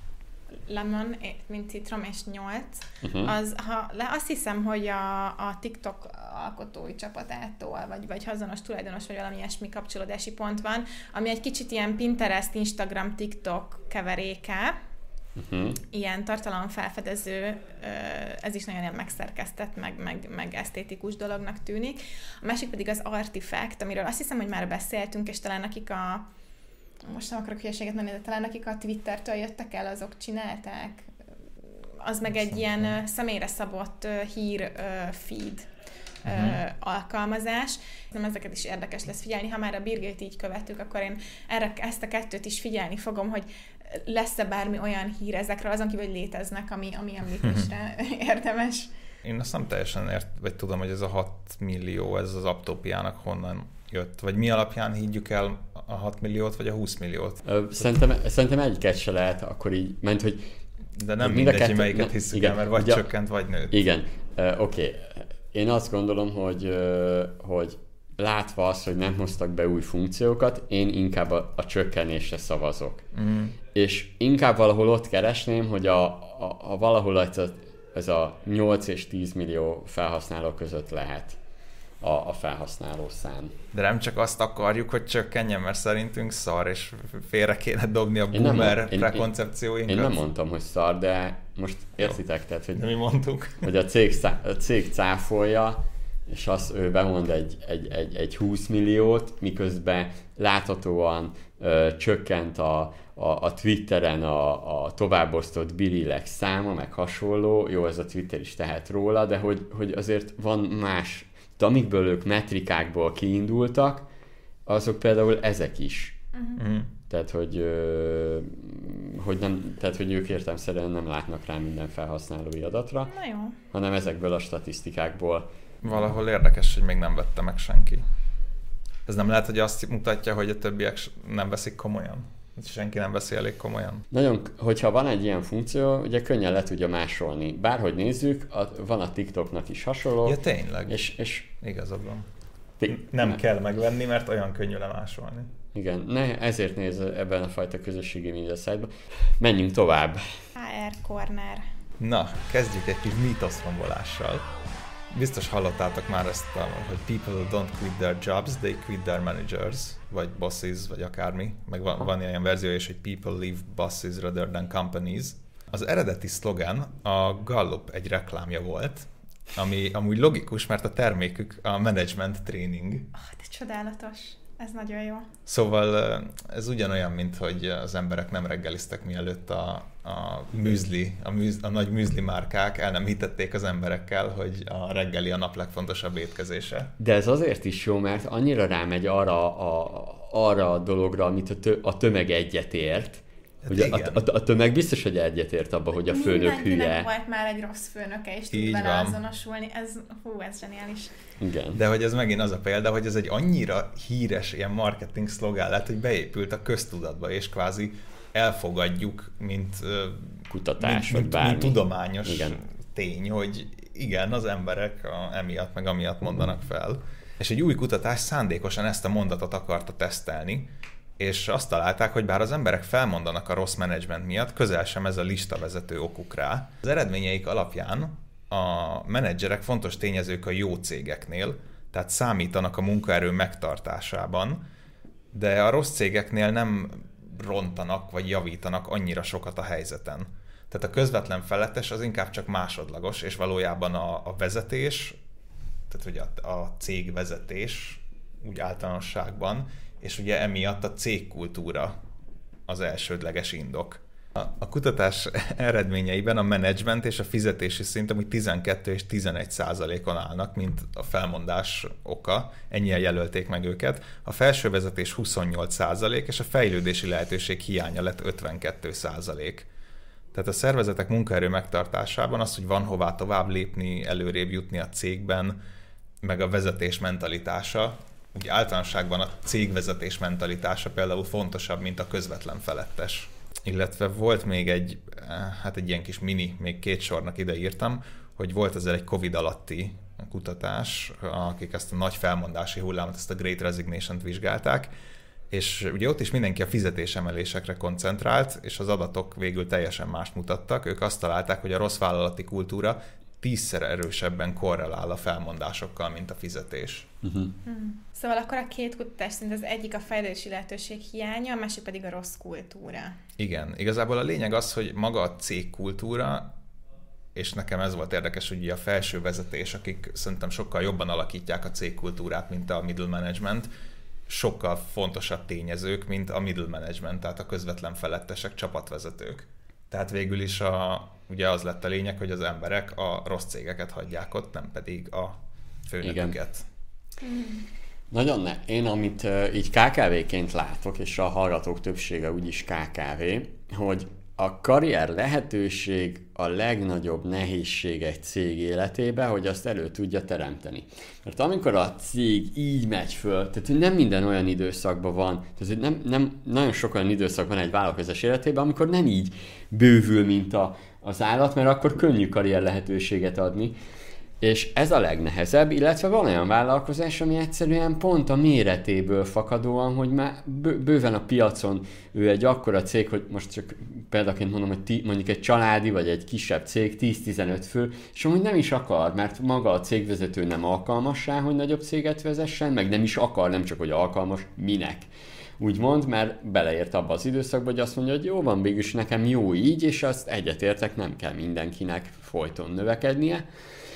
lemon, mint citrom és 8, azt hiszem, hogy a TikTok alkotói csapatától, vagy azonos tulajdonos, vagy valami ilyesmi kapcsolódási pont van, ami egy kicsit ilyen Pinterest, Instagram, TikTok keveréke, ilyen tartalomfelfedező, ez is nagyon ilyen megszerkesztett, meg esztétikus dolognak tűnik. A másik pedig az Artifact, amiről azt hiszem, hogy már beszéltünk, és talán akik most nem akarok hülyeséget mondani, de talán akik a Twittertől jöttek el, azok csinálták. Az meg egy ilyen személyre szabott hír feed alkalmazás. Nem, ezeket is érdekes lesz figyelni. Ha már a Birgit így követtük, akkor én ezt a kettőt is figyelni fogom, hogy lesz-e bármi olyan hír ezekről, azon kívül, hogy léteznek, ami említésre érdemes. Én azt nem teljesen vagy tudom, hogy ez a 6 millió, ez az Aptopiának honnan jött, vagy mi alapján higgyük el a 6 milliót, vagy a 20 milliót? Szerintem egyiket se lehet, akkor így, mert hogy... De nem mindegy, hogy melyiket hiszük el, mert vagy csökkent, vagy nőtt. Igen, oké. Én azt gondolom, hogy látva azt, hogy nem hoztak be új funkciókat, én inkább a csökkenésre szavazok. És inkább valahol ott keresném, hogy a valahol ez a 8 és 10 millió felhasználó között lehet a felhasználó szám. De nem csak azt akarjuk, hogy csökkenjen, mert szerintünk szar, és félre kéne dobni a boomer prekoncepcióinkat. Én nem mondtam, hogy szar, de most értitek, tehát, hogy, de mi mondtuk. Hogy a cég cáfolja, és ő bemond egy 20 milliót, miközben láthatóan csökkent a Twitteren a továbbosztott bililek száma, meg hasonló. Jó, ez a Twitter is tehet róla, de hogy azért van más, de amikből ők metrikákból kiindultak, azok például ezek is. Tehát, hogy ők értelemszerűen nem látnak rá minden felhasználói adatra, hanem ezekből a statisztikákból. Valahol érdekes, hogy még nem vette meg senki. Ez nem lehet, hogy azt mutatja, hogy a többiek nem veszik komolyan? Senki nem veszi elég komolyan? Nagyon, hogyha van egy ilyen funkció, ugye könnyen le tudja másolni. Bárhogy nézzük, van a TikToknak is hasonló. Ja, tényleg. És igazad van. Nem kell megvenni, mert olyan könnyű lemásolni. Igen, ezért néz ebben a fajta közösségi média szájtban. Menjünk tovább. HR Corner. Na, kezdjük egy kis mítoshrombolással. Biztos hallottátok már ezt, hogy people don't quit their jobs, they quit their managers, vagy bosses, vagy akármi. Meg van ilyen verzió is, hogy people leave bosses rather than companies. Az eredeti szlogen a Gallup egy reklámja volt, ami amúgy logikus, mert a termékük a management training. De csodálatos. Ez nagyon jó. Szóval ez ugyanolyan, mint hogy az emberek nem reggeliztek mielőtt a nagy műzli márkák el nem hitették az emberekkel, hogy a reggeli a nap legfontosabb étkezése. De ez azért is jó, mert annyira rámegy arra a dologra, amit a tömeg egyetért. Ugye a tömeg biztos, hogy egyetért abba, hogy a főnök hülye. Mindenkinek volt már egy rossz főnöke, és tud vele azonosulni. Ez zseniális. Igen. De hogy ez megint az a példa, hogy ez egy annyira híres ilyen marketing szlogán lett, hogy beépült a köztudatba, és kvázi elfogadjuk, mint kutatás, vagy mint tudományos tény, hogy igen, az emberek emiatt meg amiatt mondanak fel. És egy új kutatás szándékosan ezt a mondatot akarta tesztelni, és azt találták, hogy bár az emberek felmondanak a rossz menedzsment miatt, közel sem ez a listavezető okuk rá. Az eredményeik alapján a menedzserek fontos tényezők a jó cégeknél, tehát számítanak a munkaerő megtartásában, de a rossz cégeknél nem rontanak vagy javítanak annyira sokat a helyzeten. Tehát a közvetlen felettes az inkább csak másodlagos, és valójában a vezetés, tehát ugye a cégvezetés úgy általánosságban, és ugye emiatt a cégkultúra az elsődleges indok. A kutatás eredményeiben a menedzsment és a fizetési szint amúgy 12 és 11%-on állnak, mint a felmondás oka, ennyien jelölték meg őket. A felsővezetés 28% és a fejlődési lehetőség hiánya lett 52%. Tehát a szervezetek munkaerő megtartásában az, hogy van hová tovább lépni, előrébb jutni a cégben, meg a vezetés mentalitása, úgy általánosságban a cégvezetés mentalitása például fontosabb, mint a közvetlen felettes. Illetve volt még egy ilyen kis mini, még 2 sornak ide írtam, hogy volt ezzel egy Covid alatti kutatás, akik ezt a nagy felmondási hullámot, ezt a Great Resignation-t vizsgálták, és ugye ott is mindenki a fizetésemelésekre koncentrált, és az adatok végül teljesen mást mutattak. Ők azt találták, hogy a rossz vállalati kultúra 10-szer erősebben korrelál a felmondásokkal, mint a fizetés. Szóval akkor a két kutatás szerint az egyik a fejlődési lehetőség hiánya, a másik pedig a rossz kultúra. Igen, igazából a lényeg az, hogy maga a cégkultúra, és nekem ez volt érdekes, hogy a felső vezetés, akik szerintem sokkal jobban alakítják a cégkultúrát, mint a middle management, sokkal fontosabb tényezők, mint a middle management, tehát a közvetlen felettesek, csapatvezetők. Tehát végül is ugye az lett a lényeg, hogy az emberek a rossz cégeket hagyják ott, nem pedig a főnököket. Nagyon én amit így KKV-ként látok, és a hallgatók többsége úgyis KKV, hogy a karrier lehetőség a legnagyobb nehézség egy cég életébe, hogy azt elő tudja teremteni. Mert amikor a cég így megy föl, tehát nem minden olyan időszakban van, tehát nem nagyon sok olyan időszak van egy vállalkozás életében, amikor nem így bővül, mint az állat, mert akkor könnyű karrier lehetőséget adni. És ez a legnehezebb, illetve van olyan vállalkozás, ami egyszerűen pont a méretéből fakadóan, hogy már bőven a piacon ő egy akkora cég, hogy most csak példaként mondom, hogy mondjuk egy családi vagy egy kisebb cég 10-15 fő, és amúgy nem is akar, mert maga a cégvezető nem alkalmas rá, hogy nagyobb céget vezessen, meg nem is akar, nem csak hogy alkalmas, minek. Úgymond, mert beleért abba az időszakba, hogy azt mondja, hogy jó van, végülis nekem jó így, és azt egyetértek, nem kell mindenkinek folyton növekednie.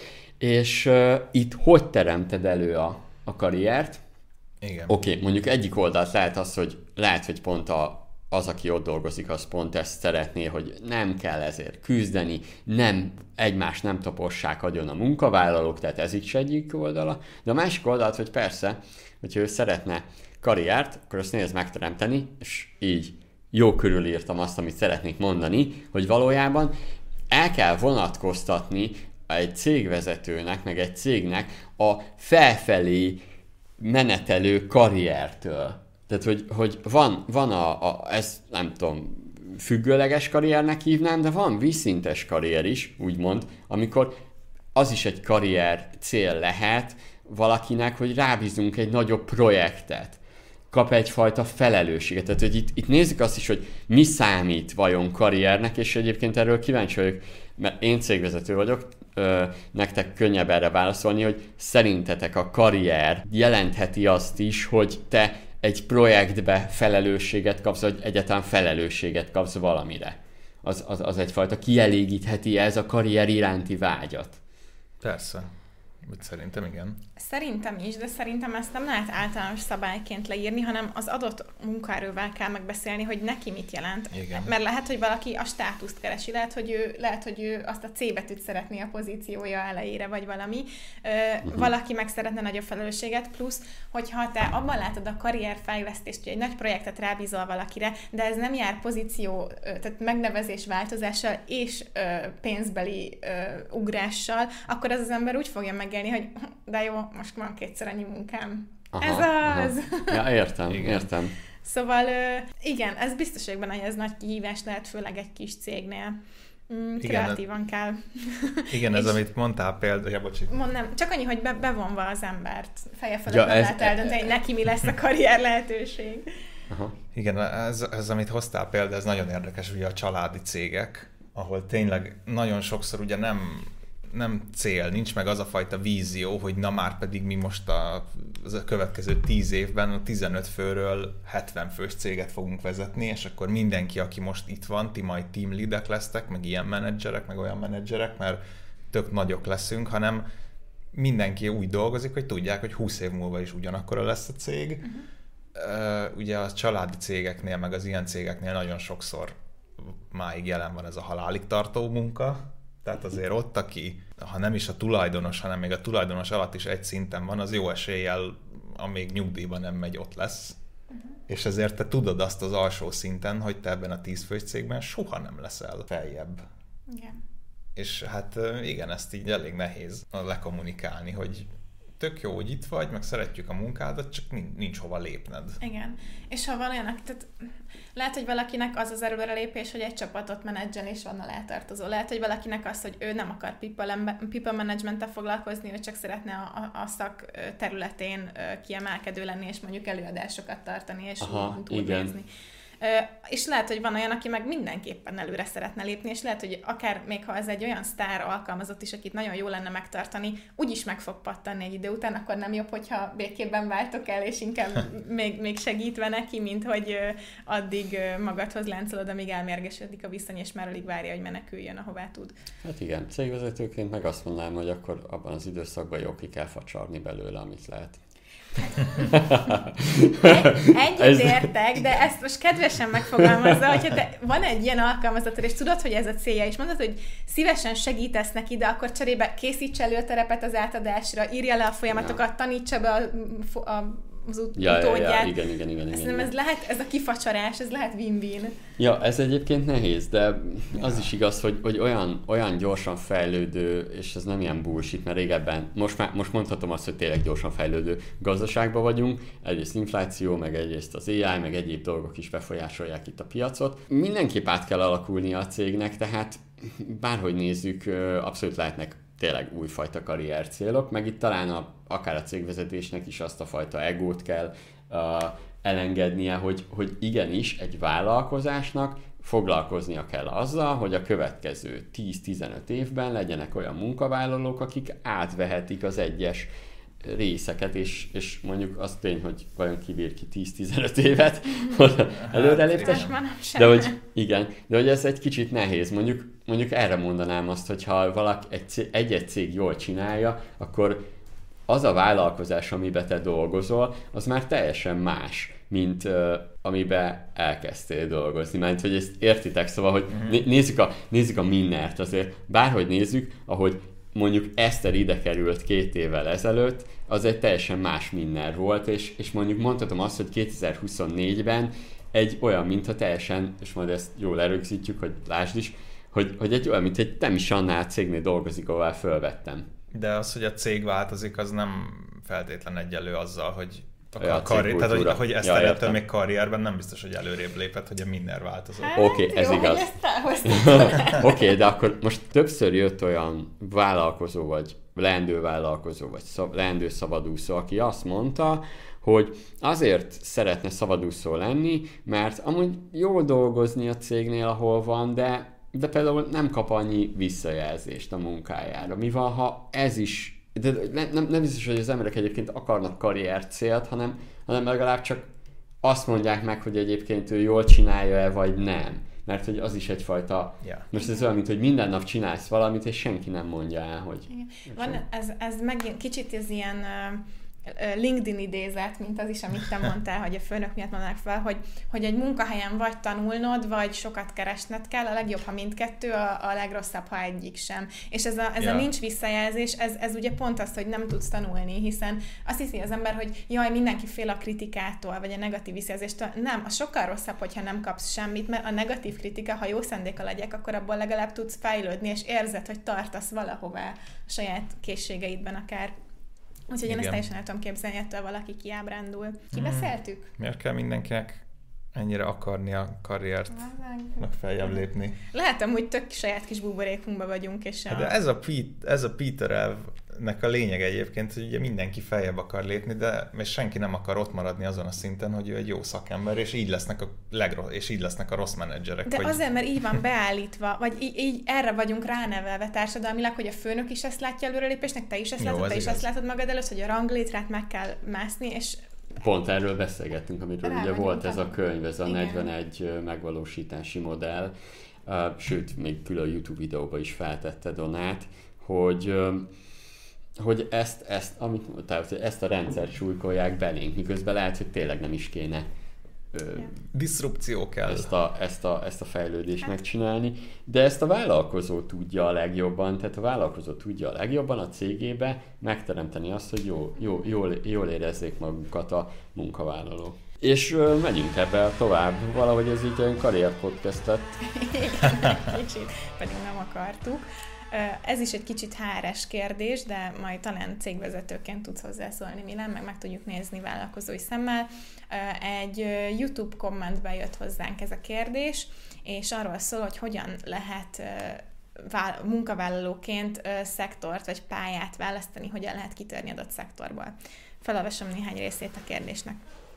És itt hogy teremted elő a karriert? Igen. Oké, mondjuk egyik oldalt lehet, hogy pont az, aki ott dolgozik, az pont ezt szeretné, hogy nem kell ezért küzdeni, egymást nem tapossák agyon a munkavállalók, tehát ez is egyik oldala. De a másik oldalt, hogy persze, hogyha ő szeretne karriert, akkor azt nehéz megteremteni, és így jó körülírtam azt, amit szeretnék mondani, hogy valójában el kell vonatkoztatni egy cégvezetőnek, meg egy cégnek a felfelé menetelő karriertől. Tehát, hogy van ez nem tudom, függőleges karriernek hívnám, de van vízszintes karrier is, úgymond, amikor az is egy karrier cél lehet valakinek, hogy rábízunk egy nagyobb projektet, kap egyfajta felelősséget. Tehát, hogy itt nézzük azt is, hogy mi számít vajon karriernek, és egyébként erről kíváncsi vagyok, mert én cégvezető vagyok, nektek könnyebb erre válaszolni, hogy szerintetek a karrier jelentheti azt is, hogy te egy projektbe felelősséget kapsz, vagy egyáltalán felelősséget kapsz valamire. Az egyfajta kielégítheti ez a karrier iránti vágyat. Persze. Szerintem igen. Szerintem is, de szerintem ezt nem lehet általános szabályként leírni, hanem az adott munkaerővel kell megbeszélni, hogy neki mit jelent. Igen. Mert lehet, hogy valaki a státuszt keresi, lehet, hogy ő azt a C betűt szeretné a pozíciója elejére, vagy valami. Valaki meg szeretne nagyobb felelősséget, plusz, hogyha te abban látod a karrierfejlesztést, hogy egy nagy projektet rábízol valakire, de ez nem jár pozíció, tehát megnevezés változással és pénzbeli ugrással, akkor az ember úgy fogja megélni, hogy de jó, most van kétszer annyi munkám. Aha, ez az! Ja, értem. Szóval igen, ez biztoságban, hogy ez nagy kihívás lehet, főleg egy kis cégnél. Kreatívan kell. Igen, ez amit mondtál például, Nem, csak annyi, hogy bevonva az embert. Feje felett nem lehet eldönteni, hogy neki mi lesz a karrier lehetőség. Aha. Igen, ez amit hoztál például, ez nagyon érdekes, ugye a családi cégek, ahol tényleg nagyon sokszor ugye nem cél, nincs meg az a fajta vízió, hogy na már pedig mi most a következő 10 évben a 15 főről 70 fős céget fogunk vezetni, és akkor mindenki, aki most itt van, ti majd team leadek lesztek, meg ilyen menedzserek, meg olyan menedzserek, mert tök nagyok leszünk, hanem mindenki úgy dolgozik, hogy tudják, hogy 20 év múlva is ugyanakkora lesz a cég. Ugye a családi cégeknél, meg az ilyen cégeknél nagyon sokszor máig jelen van ez a halálig tartó munka. Tehát azért ott, aki, ha nem is a tulajdonos, hanem még a tulajdonos alatt is egy szinten van, az jó eséllyel, amíg nyugdíjban nem megy, ott lesz. És ezért te tudod azt az alsó szinten, hogy te ebben a 10 fős cégben soha nem leszel feljebb. Igen. És hát igen, ezt így elég nehéz lekommunikálni, hogy tök jó, hogy itt vagy, meg szeretjük a munkádat, csak nincs hova lépned. Igen. És ha van olyan, tehát lehet, hogy valakinek az az előrelépés, hogy egy csapatot menedzsen és van alátartozó. Lehet, hogy valakinek az, hogy ő nem akar people managementtel foglalkozni, ő csak szeretne a szak területén kiemelkedő lenni, és mondjuk előadásokat tartani, és túlnézni. És lehet, hogy van olyan, aki meg mindenképpen előre szeretne lépni, és lehet, hogy akár még ha ez egy olyan sztár alkalmazott is, akit nagyon jó lenne megtartani, úgyis meg fog pattanni egy idő után, akkor nem jobb, hogyha békében váltok el, és inkább még segítve neki, mint hogy addig magadhoz láncolod, amíg elmérgesedik a viszony, és már alig várja, hogy meneküljön, ahová tud. Hát igen, cégvezetőként meg azt mondanám, hogy akkor abban az időszakban jó ki kell facsarni belőle, amit lehet. Ennyit értek, de ezt most kedvesen megfogalmazza, hogyha te van egy ilyen alkalmazatod, és tudod, hogy ez a célja, és mondod, hogy szívesen segítesz neki, de akkor cserébe készíts elő a terepet az átadásra, írja le a folyamatokat, tanítsa be az utódját. Igen. Szerintem ez lehet, ez a kifacsarás, ez lehet win-win. Ja, ez egyébként nehéz, de az is igaz, hogy olyan gyorsan fejlődő, és ez nem ilyen bullshit, mert régebben, most mondhatom azt, hogy tényleg gyorsan fejlődő gazdaságban vagyunk, egyrészt infláció, meg egyrészt az AI, meg egyéb dolgok is befolyásolják itt a piacot. Mindenképp át kell alakulnia a cégnek, tehát bárhogy nézzük, abszolút lehetnek tényleg újfajta karriercélok, meg itt talán akár a cégvezetésnek is azt a fajta egót kell elengednie, hogy igenis egy vállalkozásnak foglalkoznia kell azzal, hogy a következő 10-15 évben legyenek olyan munkavállalók, akik átvehetik az egyes részeket, és mondjuk az tény, hogy vajon kibír ki 10-15 évet, előreléptes. De hogy igen, de hogy ez egy kicsit nehéz. Mondjuk erre mondanám azt, hogy ha valaki egy cég jól csinálja, akkor az a vállalkozás, amiben te dolgozol, az már teljesen más, mint amiben elkezdtél dolgozni. Mert hogy ezt értitek, szóval, hogy nézzük a Minnert azért, bárhogy nézzük, ahogy mondjuk Eszter ide került 2 évvel ezelőtt, az egy teljesen más Minner volt, és mondjuk mondhatom azt, hogy 2024-ben egy olyan, mintha teljesen, és majd ezt jól erőgzítjük, hogy lásd is, hogy egy olyan, mint egy nem is annál cégnél dolgozik, ahová fölvettem. De az, hogy a cég változik, az nem feltétlen egyenlő azzal, hogy tehát, hogy ezt előtte még karrierben nem biztos, hogy előrébb lépett, hogy a Minner változott. Oké, ez igaz. Oké, de akkor most többször jött olyan vállalkozó, vagy leendő vállalkozó, vagy leendő szabadúszó, aki azt mondta, hogy azért szeretne szabadúszó lenni, mert amúgy jól dolgozni a cégnél, ahol van, de például nem kap annyi visszajelzést a munkájára. Mi van, ha ez is, de nem biztos, hogy az emberek egyébként akarnak karriercélt, hanem legalább csak azt mondják meg, hogy egyébként ő jól csinálja-e, vagy nem. Mert hogy az is egyfajta, most ez olyan, mint hogy minden nap csinálsz valamit, és senki nem mondja el, hogy... Van, ez megint kicsit ez ilyen LinkedIn idézet, mint az is, amit te mondtál, hogy a főnök miatt mondanak fel, hogy egy munkahelyen vagy tanulnod, vagy sokat keresned kell, a legjobb, ha mindkettő, a legrosszabb, ha egyik sem. És ez a nincs visszajelzés, ez ugye pont az, hogy nem tudsz tanulni, hiszen azt hiszi az ember, hogy jaj, mindenki fél a kritikától, vagy a negatív visszajelzéstől. Nem, az sokkal rosszabb, hogyha nem kapsz semmit, mert a negatív kritika, ha jó szándéka legyek, akkor abból legalább tudsz fejlődni, és érzed, hogy tartasz valahová a saját készségeidben akár. Úgyhogy én ezt teljesen el tudom képzelni, ettől valaki kiábrándul. Kibeszéltük? Miért kell mindenkinek ennyire akarni a karriert, meg feljebb lépni? Lehetem, hogy tök saját kis buborékunkba vagyunk. És de ez a Peter elvnek a lényeg egyébként, hogy ugye mindenki feljebb akar lépni, de még senki nem akar ott maradni azon a szinten, hogy ő egy jó szakember, és így lesznek a rossz menedzserek. De azért, mert így van beállítva, vagy így erre vagyunk ránevelve társadalmilag, hogy a főnök is ezt látja előrelépésnek, te is ezt látod, te is ezt látod magad előtt, hogy a ranglétrát meg kell mászni, és pont erről beszélgettünk, amiről ugye volt ez a könyv, ez a 41 megvalósítási modell, sőt, még külön YouTube videóba is feltette Donát, hogy ezt a rendszert súlykolják belénk, miközben lehet, hogy tényleg nem is kéne diszrupció kell. Ezt a fejlődést megcsinálni, de ezt a vállalkozó tudja a legjobban, tehát a vállalkozó tudja a legjobban a cégébe megteremteni azt, hogy jól érezzék magukat a munkavállalók. És megyünk ebbe tovább, valahogy ez így olyan karrier podcast lett. Igen, kicsit, pedig nem akartuk. Ez is egy kicsit HR-es kérdés, de majd talán cégvezetőként tudsz hozzászólni, Milen, meg tudjuk nézni vállalkozói szemmel. Egy YouTube kommentben jött hozzánk ez a kérdés, és arról szól, hogy hogyan lehet munkavállalóként szektort vagy pályát választani, hogyan lehet kitörni adott szektorból. Felolvasom néhány részét a kérdésnek.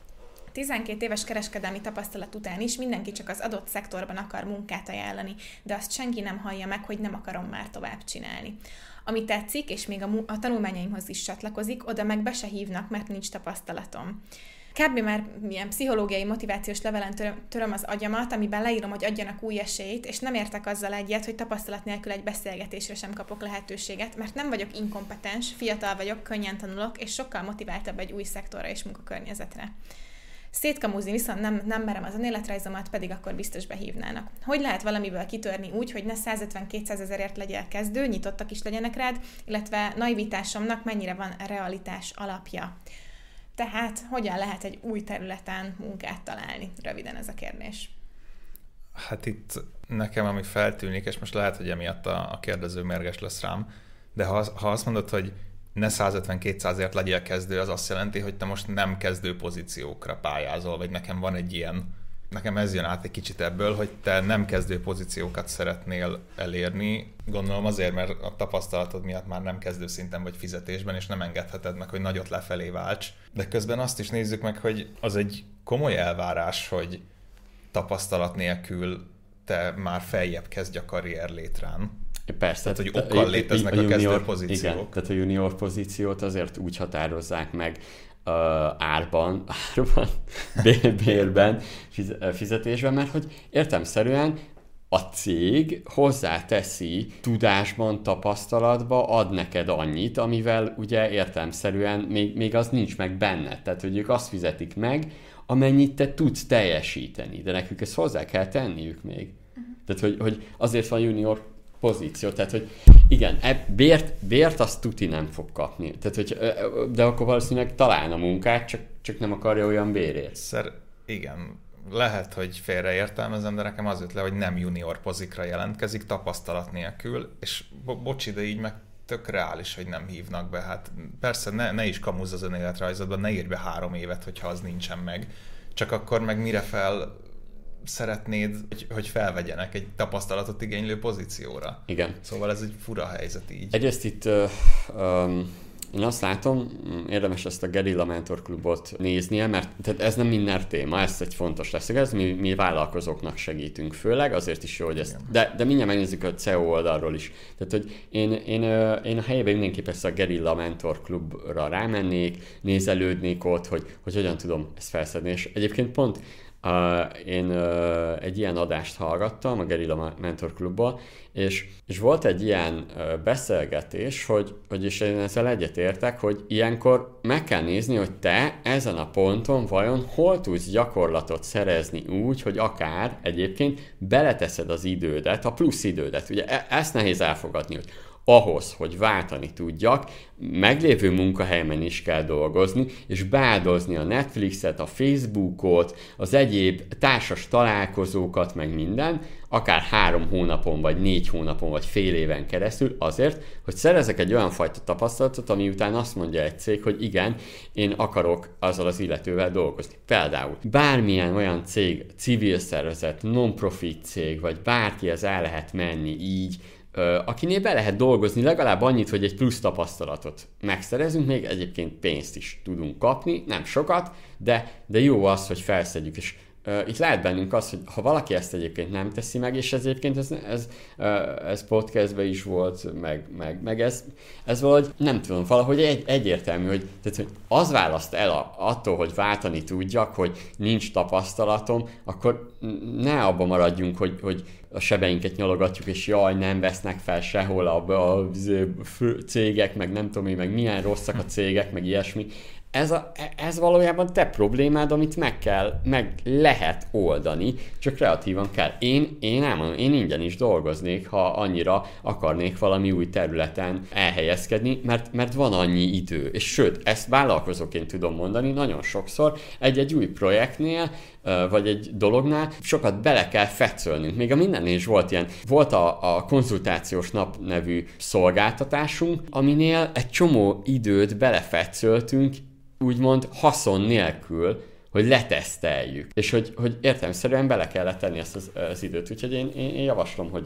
12 éves kereskedelmi tapasztalat után is mindenki csak az adott szektorban akar munkát ajánlani, de azt senki nem hallja meg, hogy nem akarom már tovább csinálni. Ami tetszik, és még a tanulmányaimhoz is csatlakozik, oda meg be se hívnak, mert nincs tapasztalatom. Kb. Már milyen pszichológiai motivációs levelen töröm az agyamat, amiben leírom, hogy adjanak új esélyt, és nem értek azzal egyet, hogy tapasztalat nélkül egy beszélgetésre sem kapok lehetőséget, mert nem vagyok inkompetens, fiatal vagyok, könnyen tanulok, és sokkal motiváltabb egy új szektorra és munkakörnyezetre. Szétkamúzni viszont nem merem az önéletrajzomat, pedig akkor biztos behívnának. Hogy lehet valamiből kitörni úgy, hogy ne 150-200 ezerért legyél kezdő, nyitottak is legyenek rád, illetve naivitásomnak mennyire van realitás alapja? Tehát hogyan lehet egy új területen munkát találni? Röviden ez a kérdés. Hát itt nekem ami feltűnik, és most lehet, hogy emiatt a kérdező mérges lesz rám, de ha azt mondod, hogy ne 150-200-ért legyél kezdő, az azt jelenti, hogy te most nem kezdő pozíciókra pályázol, vagy nekem ez jön át egy kicsit ebből, hogy te nem kezdő pozíciókat szeretnél elérni, gondolom azért, mert a tapasztalatod miatt már nem kezdő szinten vagy fizetésben, és nem engedheted meg, hogy nagyot lefelé válts. De közben azt is nézzük meg, hogy az egy komoly elvárás, hogy tapasztalat nélkül te már feljebb kezdj a karrier létrán. Persze. Tehát, hogy okkal léteznek a kezdő pozíciók. Igen, tehát a junior pozíciót azért úgy határozzák meg árban, bérben, fizetésben, mert hogy értelemszerűen a cég hozzáteszi tudásban, tapasztalatba, ad neked annyit, amivel ugye értelemszerűen még az nincs meg benned. Tehát, hogy ők azt fizetik meg, amennyit te tudsz teljesíteni, de nekük ezt hozzá kell tenniük még. Tehát, hogy azért van junior pozíció, tehát, hogy igen, bért azt tuti nem fog kapni. Tehát, de akkor valószínűleg találna munkát, csak nem akarja olyan bérért. Igen, lehet, hogy félreértelmezem, de nekem az jött le, hogy nem junior pozikra jelentkezik, tapasztalat nélkül, és bocsi, de így meg tök reális, hogy nem hívnak be. Hát persze ne is kamuzz az önéletrajzodban, ne írj be 3 évet, hogyha az nincsen meg. Csak akkor meg mire fel szeretnéd, hogy felvegyenek egy tapasztalatot igénylő pozícióra. Igen. Szóval ez egy fura helyzet így. Egyrészt itt én azt látom, érdemes ezt a Gerilla Mentor Klubot néznie, mert tehát ez nem minden téma, ez egy fontos leszögez, mi vállalkozóknak segítünk főleg, azért is jó, hogy ezt, de mindjárt megnézzük a CEO oldalról is. Tehát, hogy én a helyében mindenképp ezt a Gerilla Mentor Klubra rámennék, nézelődnék ott, hogy hogyan tudom ezt felszedni, és egyébként pont én egy ilyen adást hallgattam a Gerilla Mentor Klubból, és volt egy ilyen beszélgetés, és én ezzel egyetértek, hogy ilyenkor meg kell nézni, hogy te ezen a ponton vajon hol tudsz gyakorlatot szerezni úgy, hogy akár egyébként beleteszed az idődet, a plusz idődet. Ugye ezt nehéz elfogadni, hogy ahhoz, hogy váltani tudjak, meglévő munkahelyemen is kell dolgozni, és beáldozni a Netflixet, a Facebookot, az egyéb társas találkozókat, meg minden, akár 3 hónapon, vagy 4 hónapon, vagy fél éven keresztül azért, hogy szerezek egy olyan fajta tapasztalatot, ami után azt mondja egy cég, hogy igen, én akarok azzal az illetővel dolgozni. Például bármilyen olyan cég, civil szervezet, non-profit cég, vagy bárkihez el lehet menni így, akinél be lehet dolgozni legalább annyit, hogy egy plusz tapasztalatot megszerezünk, még egyébként pénzt is tudunk kapni, nem sokat, de jó az, hogy felszedjük, és itt lehet bennünk az, hogy ha valaki ezt egyébként nem teszi meg, és ez egyébként ez podcastben is volt, meg ez valahogy, nem tudom, valahogy egyértelmű, hogy az választ el attól, hogy váltani tudjak, hogy nincs tapasztalatom, akkor ne abba maradjunk, hogy a sebeinket nyalogatjuk, és jaj, nem vesznek fel sehol a cégek, meg nem tudom én, meg milyen rosszak a cégek, meg ilyesmi. ez valójában te problémád, amit meg lehet oldani, csak kreatívan kell. Én ingyen is dolgoznék, ha annyira akarnék valami új területen elhelyezkedni, mert van annyi idő. És sőt, ezt vállalkozóként tudom mondani, nagyon sokszor egy új projektnél, vagy egy dolognál sokat bele kell fetszölnünk. Még a mindennél is volt a konzultációs nap nevű szolgáltatásunk, aminél egy csomó időt belefetszöltünk, úgymond haszon nélkül, hogy leteszteljük. És hogy értelemszerűen bele kellett tenni ezt az időt. Úgyhogy én javaslom, hogy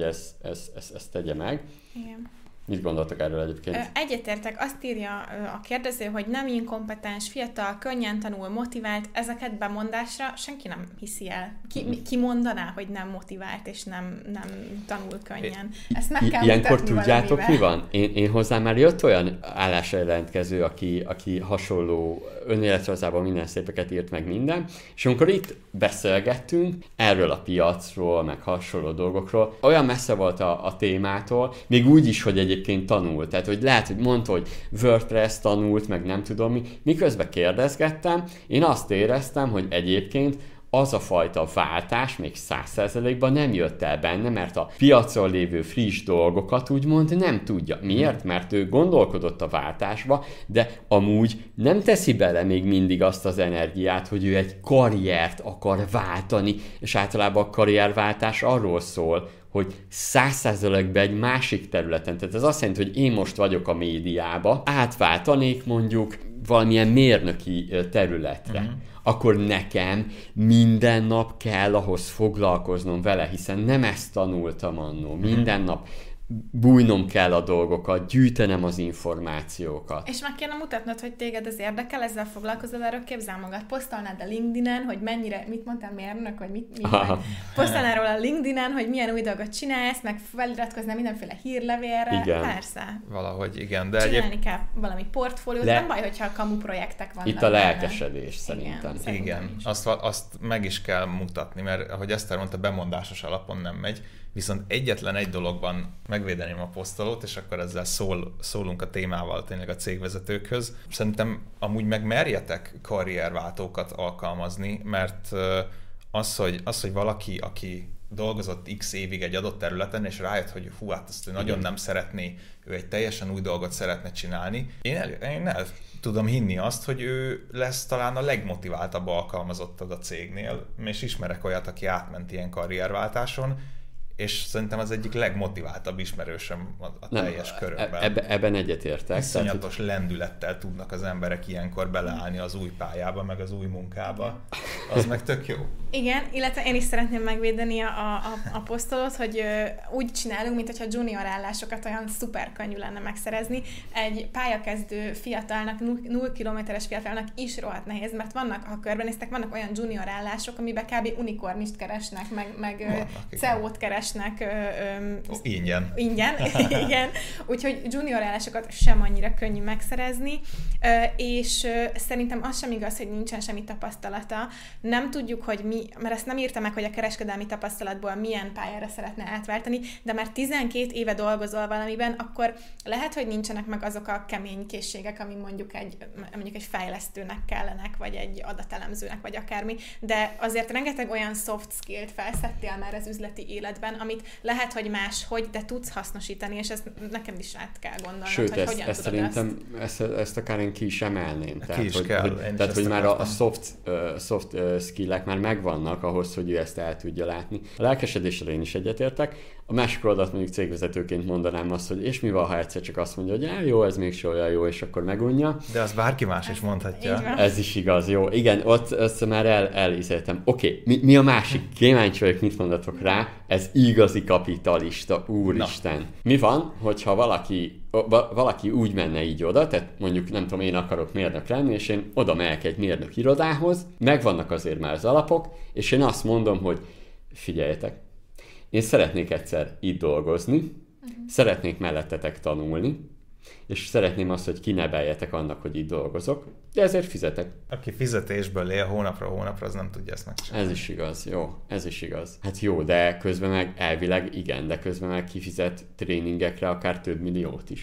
ezt tegye meg. Igen. Mit gondoltok erről egyébként? Egyetértek, azt írja a kérdező, hogy nem inkompetens, fiatal, könnyen tanul, motivált, ezeket bemondásra senki nem hiszi el. Ki mondaná, hogy nem motivált és nem tanul könnyen? Ezt meg kell ilyenkor mutatni tudjátok, valamivel. mi van? Én hozzám már jött olyan állásjelentkező, aki hasonló önéletrajzában minden szépeket írt meg minden, és amikor itt beszélgettünk erről a piacról, meg hasonló dolgokról, olyan messze volt a témától, még úgy is, hogy egyébként tanult. Tehát, hogy lehet, hogy mondta, hogy WordPress tanult, meg nem tudom mi. Miközben kérdezgettem, én azt éreztem, hogy egyébként az a fajta váltás még 100%-ban nem jött el benne, mert a piacon lévő friss dolgokat úgymond nem tudja. Miért? Mert ő gondolkodott a váltásba, de amúgy nem teszi bele még mindig azt az energiát, hogy ő egy karriert akar váltani, és általában a karrierváltás arról szól, hogy 100%-ban egy másik területen, tehát ez azt jelenti, hogy én most vagyok a médiába, átváltanék mondjuk valamilyen mérnöki területre, akkor nekem minden nap kell ahhoz foglalkoznom vele, hiszen nem ezt tanultam annó. Minden nap bújnom kell a dolgokat, gyűjtenem az információkat. És meg kéne mutatnod, hogy téged ez érdekel, ezzel foglalkozol, erről képzel magad. Posztolnád a LinkedIn-en, hogy mennyire, mit mondtál, mérnök, vagy mit posztolnál róla a LinkedIn-en, hogy milyen új dolgot csinálsz, meg feliratkoznál mindenféle hírlevélre. Igen. Persze. Valahogy igen, de csinálni kell valami portfóliót, nem baj, hogyha kamu projektek vannak. Itt a lelkesedés szerintem. Igen. Azt meg is kell mutatni, mert ahogy Eszter mondta, bemondásos alapon nem megy. Viszont egyetlen egy dologban megvédeném a posztolót, és akkor ezzel szólunk a témával tényleg a cégvezetőkhöz. Szerintem amúgy meg merjetek karrierváltókat alkalmazni, mert az, hogy valaki, aki dolgozott x évig egy adott területen, és rájött, hogy hú, hát azt nagyon nem szeretné, ő egy teljesen új dolgot szeretne csinálni. Én el tudom hinni azt, hogy ő lesz talán a legmotiváltabb alkalmazottad a cégnél, és ismerek olyat, aki átment ilyen karrierváltáson, és szerintem az egyik legmotiváltabb ismerősöm a teljes körömben. Ebben egyetértek. Iszonyatos lendülettel tudnak az emberek ilyenkor beleállni az új pályába, meg az új munkába. Az meg tök jó. Igen, illetve én is szeretném megvédeni a posztolót, hogy úgy csinálunk, mintha junior állásokat olyan szuper könnyű lenne megszerezni. Egy pályakezdő fiatalnak, 0 kilométeres fiatalnak is rohadt nehéz, mert vannak, ha körbenéztek, vannak olyan junior állások, amiben kb. Unikornist keresnek, meg CEO-t keresnek. Ingyen. Igen. Úgyhogy junior állásokat sem annyira könnyű megszerezni, és szerintem az sem igaz, hogy nincsen semmi tapasztalata. Nem tudjuk, hogy mert ezt nem írta meg, hogy a kereskedelmi tapasztalatból milyen pályára szeretne átváltani, de már 12 éve dolgozol valamiben, akkor lehet, hogy nincsenek meg azok a kemény készségek, ami mondjuk egy fejlesztőnek kellenek, vagy egy adatelemzőnek, vagy akármi, de azért rengeteg olyan soft skillt felszedtél már az üzleti életben, amit lehet, hogy máshogy, de tudsz hasznosítani, és ezt nekem is át kell gondolnod, sőt, hogy hogyan ezt tudod szerintem ezt akár én ki is emelném. Tehát, hogy már a soft skillek már megvannak ahhoz, hogy ő ezt el tudja látni. A lelkesedéssel én is egyetértek. A másik oldalt mondjuk cégvezetőként mondanám azt, hogy és mi van, ha egyszer csak azt mondja, hogy jó, ez mégse olyan jó, és akkor megunja. De az bárki más is mondhatja. Ez is igaz, jó. Igen, ott már elhiszéltem. Oké, mi a másik? Kíváncsi vagyok, mit mondatok rá? Ez igazi kapitalista, úristen. Na. Mi van, hogyha valaki úgy menne így oda, tehát mondjuk nem tudom, én akarok mérnök lenni, és én oda megyek egy mérnök irodához, megvannak azért már az alapok, és én azt mondom, hogy figyeljetek, én szeretnék egyszer itt dolgozni, szeretnék mellettetek tanulni, és szeretném azt, hogy kinebeljetek annak, hogy itt dolgozok, de ezért fizetek. Aki fizetésből él hónapra, az nem tudja ezt megcsinálni. Ez is igaz, jó, ez is igaz. Hát jó, de közben meg elvileg igen, de közben meg kifizet tréningekre akár több milliót is.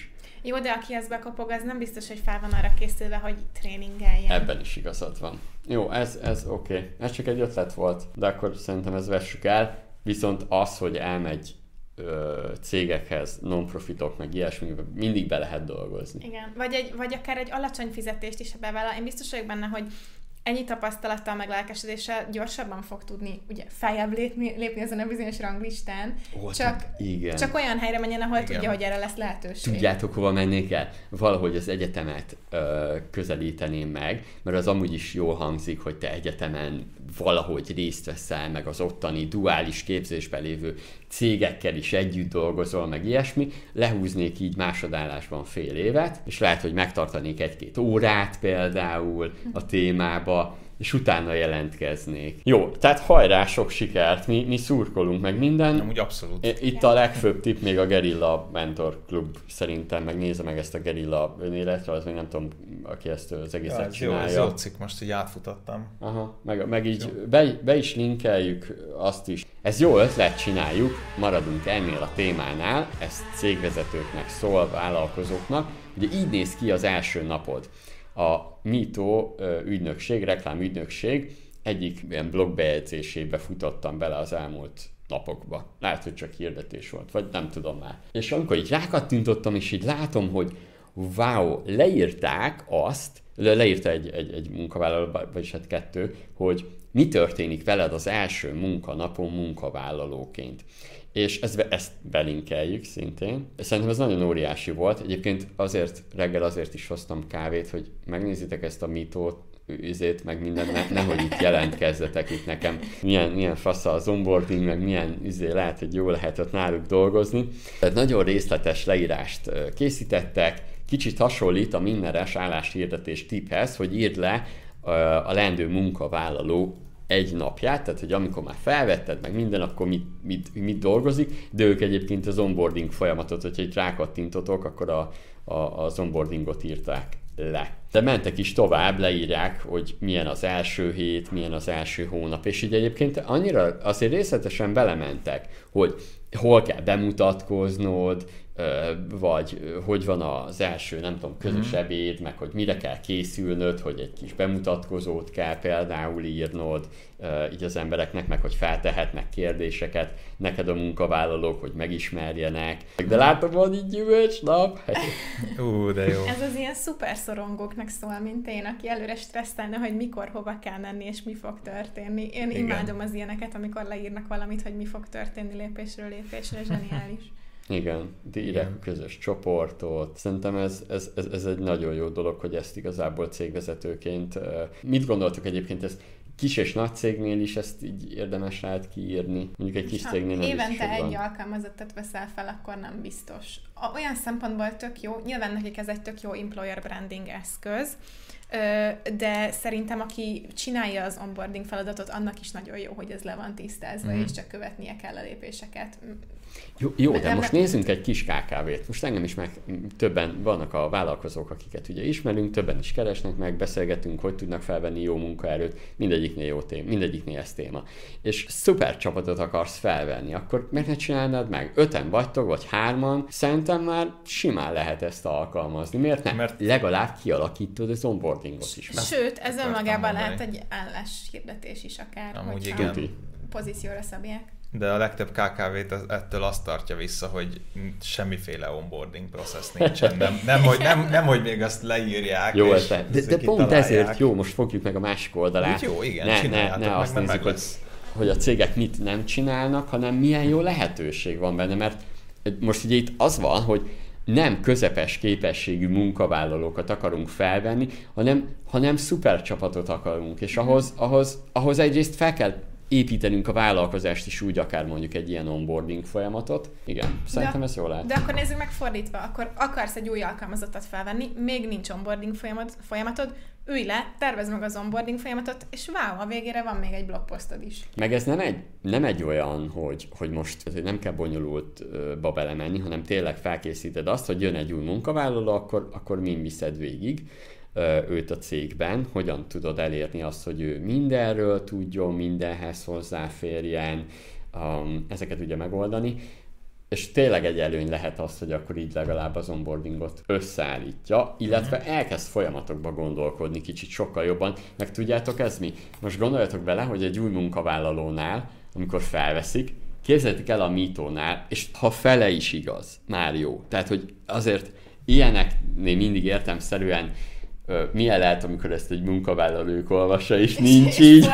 Jó, de aki ezt bekopog, az nem biztos, hogy fel van arra készülve, hogy tréningeljen. Ebben is igazad van. Jó, ez oké. Ez csak egy ötlet volt, de akkor szerintem ezt vessük el. Viszont az, hogy elmegy cégekhez, non-profitok, meg ilyesmi, mindig be lehet dolgozni. Igen, vagy akár egy alacsony fizetést is bevállal. Én biztos vagyok benne, hogy ennyi tapasztalattal, meg lelkesedéssel gyorsabban fog tudni ugye feljebb lépni ezen a bizonyos ranglistán. Csak olyan helyre menjen, ahol tudja, hogy erre lesz lehetőség. Tudjátok, hova mennék el? Valahogy az egyetemet közelíteném meg, mert az amúgy is jól hangzik, hogy te egyetemen valahogy részt veszel, meg az ottani duális képzésben lévő cégekkel is együtt dolgozol, meg ilyesmi, lehúznék így másodállásban fél évet, és lehet, hogy megtartanék 1-2 órát például a témába, és utána jelentkeznék. Jó, tehát hajrá, sok sikert, mi szurkolunk meg minden. Amúgy abszolút. Itt a legfőbb tipp még a Gerilla Mentor Klub szerintem, meg nézze meg ezt a Gerilla önéletrajzt, még nem tudom, aki ezt az egészet csinálja. Ez jó cikk, most így átfutattam. Aha, meg így be is linkeljük azt is. Ez jó ötlet, csináljuk, maradunk ennél a témánál, ez cégvezetőknek szól, vállalkozóknak. Ugye így néz ki az első napod. A Mito ügynökség, reklámügynökség egyik ilyen blogbejegyzésébe futottam bele az elmúlt napokba. Lehet, hogy csak hirdetés volt, vagy nem tudom már. És amikor így rákattintottam, és így látom, hogy wow, leírta egy munkavállaló, vagyis hát 2, hogy mi történik veled az első munkanapon munkavállalóként. És ezt belinkeljük szintén. Szerintem ez nagyon óriási volt. Egyébként reggel azért is hoztam kávét, hogy megnézitek ezt a Mitót, meg minden, nehogy itt jelentkezzetek itt nekem. Milyen fasz az onboarding, meg milyen lehet, hogy jó lehetett náluk dolgozni. Tehát nagyon részletes leírást készítettek, kicsit hasonlít a mindenes álláshirdetés tipphez, hogy írd le a leendő munkavállaló egy napját, tehát hogy amikor már felvetted meg minden, akkor mit dolgozik, de ők egyébként az onboarding folyamatot, hogyha itt rákattintotok, akkor az onboardingot írták le. De mentek is tovább, leírják, hogy milyen az első hét, milyen az első hónap, és így egyébként annyira azért részletesen belementek, hogy hol kell bemutatkoznod, vagy hogy van az első, nem tudom, közös ebéd, meg hogy mire kell készülnöd, hogy egy kis bemutatkozót kell például írnod így az embereknek, meg hogy feltehetnek kérdéseket neked a munkavállalók, hogy megismerjenek. De látom, van így gyümölcsnap. De jó. Ez az ilyen szuper szorongóknak szól, mint én, aki előre stresszelne, hogy mikor, hova kell menni, és mi fog történni. Én imádom az ilyeneket, amikor leírnak valamit, hogy mi fog történni lépésről lépésre, zseniális. Igen, írják a közös csoportot. Szerintem ez egy nagyon jó dolog, hogy ezt igazából cégvezetőként. Mit gondoltok egyébként, ez kis és nagy cégnél is ezt így érdemes rád kiírni? Mondjuk egy kis cégnél nem évente egy alkalmazottat veszel fel, akkor nem biztos. Olyan szempontból tök jó, nyilván nekik ez egy tök jó employer branding eszköz, de szerintem aki csinálja az onboarding feladatot, annak is nagyon jó, hogy ez le van tisztázva, és csak követnie kell a lépéseket. Jó, de most nézzünk egy kis KKV-t. Most engem is többen vannak a vállalkozók, akiket ugye ismerünk, többen is keresnek meg, beszélgetünk, hogy tudnak felvenni jó munkaerőt, mindegyiknél ez téma. És szuper csapatot akarsz felvenni, akkor miért ne csinálnád meg? 5-en vagytok, vagy 3-an, szerintem már simán lehet ezt alkalmazni. Miért nem? Mert legalább kialakítod az onboardingot is. Sőt, ez önmagában lehet egy álláshirdetés is akár, amúgy igen. Pozícióra szabják. De a legtöbb KKV-t ettől azt tartja vissza, hogy semmiféle onboarding process nincsen. Nem, hogy még azt leírják. Jó, de pont ezért jó, most fogjuk meg a másik oldalát. Úgy jó, igen, ne azt nézzük, hogy a cégek mit nem csinálnak, hanem milyen jó lehetőség van benne, mert most ugye itt az van, hogy nem közepes képességű munkavállalókat akarunk felvenni, hanem szuper csapatot akarunk, és ahhoz egyrészt fel kell építenünk a vállalkozást is úgy, akár mondjuk egy ilyen onboarding folyamatot. Igen, szerintem ez jól lehet. De akkor nézzük meg fordítva, akkor akarsz egy új alkalmazottat felvenni, még nincs onboarding folyamatod, ülj le, tervezd meg az onboarding folyamatot, és wow, a végére van még egy blogposztod is. Meg ez nem egy olyan, hogy most nem kell bonyolultba belemenni, hanem tényleg felkészíted azt, hogy jön egy új munkavállaló, akkor mind viszed végig őt a cégben, hogyan tudod elérni azt, hogy ő mindenről tudjon, mindenhez hozzáférjen, ezeket ugye megoldani. és tényleg egy előny lehet az, hogy akkor így legalább az onboardingot összeállítja, illetve elkezd folyamatokba gondolkodni kicsit sokkal jobban. Meg tudjátok ez mi? Most gondoljatok bele, hogy egy új munkavállalónál, amikor felveszik, képzeljétek el a Meetónál, és ha fele is igaz, már jó. Tehát, hogy azért ilyeneknél mindig értelemszerűen milyen lehet, amikor ezt egy munkavállalók olvassa, és nincs így.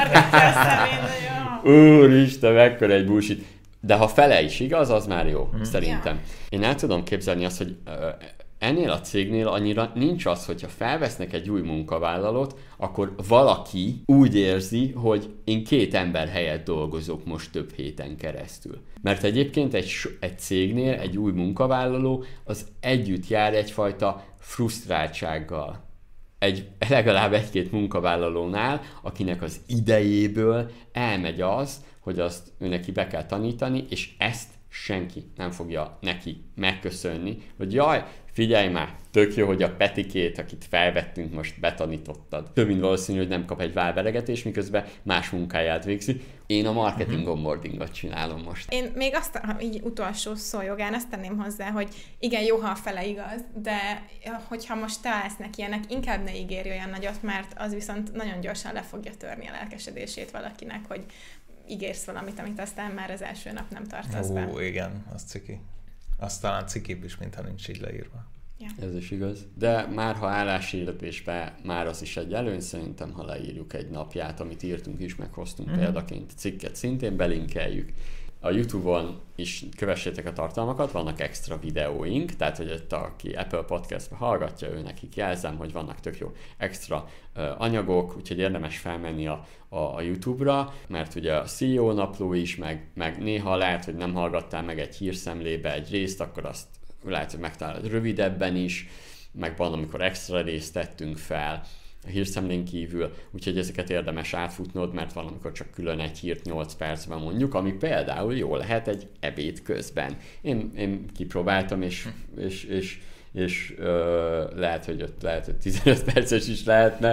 Úristen, mekkora egy bullshit. De ha fele is igaz, az már jó, szerintem. Yeah. Én el tudom képzelni azt, hogy ennél a cégnél annyira nincs az, hogyha felvesznek egy új munkavállalót, akkor valaki úgy érzi, hogy én 2 ember helyett dolgozok most több héten keresztül. Mert egyébként egy cégnél egy új munkavállaló az együtt jár egyfajta frusztráltsággal. Legalább 1-2 munkavállalónál, akinek az idejéből elmegy az, hogy azt ő neki be kell tanítani, és ezt senki nem fogja neki megköszönni, hogy jaj, figyelj már, tök jó, hogy a Petikét, akit felvettünk, most betanítottad. Több mint valószínű, hogy nem kap egy válveregetés, miközben más munkáját végzi. Én a marketing onboardingot csinálom most. Én még azt, így utolsó szó jogán azt tenném hozzá, hogy igen, jó, ha a fele igaz, de hogyha most te állsz neki ilyenek, inkább ne ígérj olyan nagyot, mert az viszont nagyon gyorsan le fogja törni a lelkesedését valakinek, hogy ígérsz valamit, amit aztán már az első nap nem tartasz be. Igen, az ciki. Az talán cikibb is, mintha nincs így leírva. Ja. Ez is igaz. De már ha álláshirdetésben már az is egy előny, szerintem, ha leírjuk egy napját, amit írtunk is, meghoztunk példaként cikket, szintén belinkeljük. A YouTube-on is kövessétek a tartalmakat, vannak extra videóink, tehát hogy ott aki Apple Podcast-be hallgatja, ő nekik jelzem, hogy vannak tök jó extra anyagok, úgyhogy érdemes felmenni a YouTube-ra, mert ugye a CEO napló is, meg néha lehet, hogy nem hallgattál meg egy hírszemlébe egy részt, akkor azt lehet, hogy megtalálod rövidebben is, meg van, amikor extra részt tettünk fel a hírszemlén kívül, úgyhogy ezeket érdemes átfutnod, mert van, amikor csak külön egy hírt 8 percben mondjuk, ami például jó lehet egy ebéd közben. Én kipróbáltam, és lehet, hogy 15 perces is lehetne.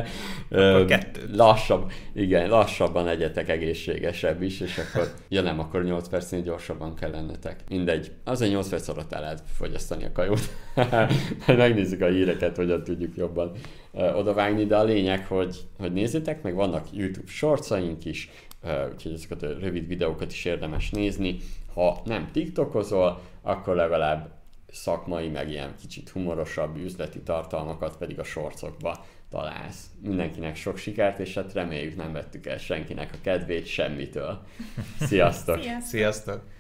Lassabban egyetek, egészségesebb is, és akkor, akkor 8 percnél gyorsabban kell lennetek. Mindegy, az egy 8 perc alatt el lehet fogyasztani a kajót. Megnézzük a híreket, hogyan tudjuk jobban odavágni, de a lényeg, hogy nézzétek, meg vannak YouTube shortsaink is, úgyhogy ezeket a rövid videókat is érdemes nézni. Ha nem TikTokozol, akkor legalább szakmai, meg ilyen kicsit humorosabb üzleti tartalmakat pedig a shortsokba találsz. Mindenkinek sok sikert, és hát reméljük nem vettük el senkinek a kedvét semmitől. Sziasztok! Sziasztok!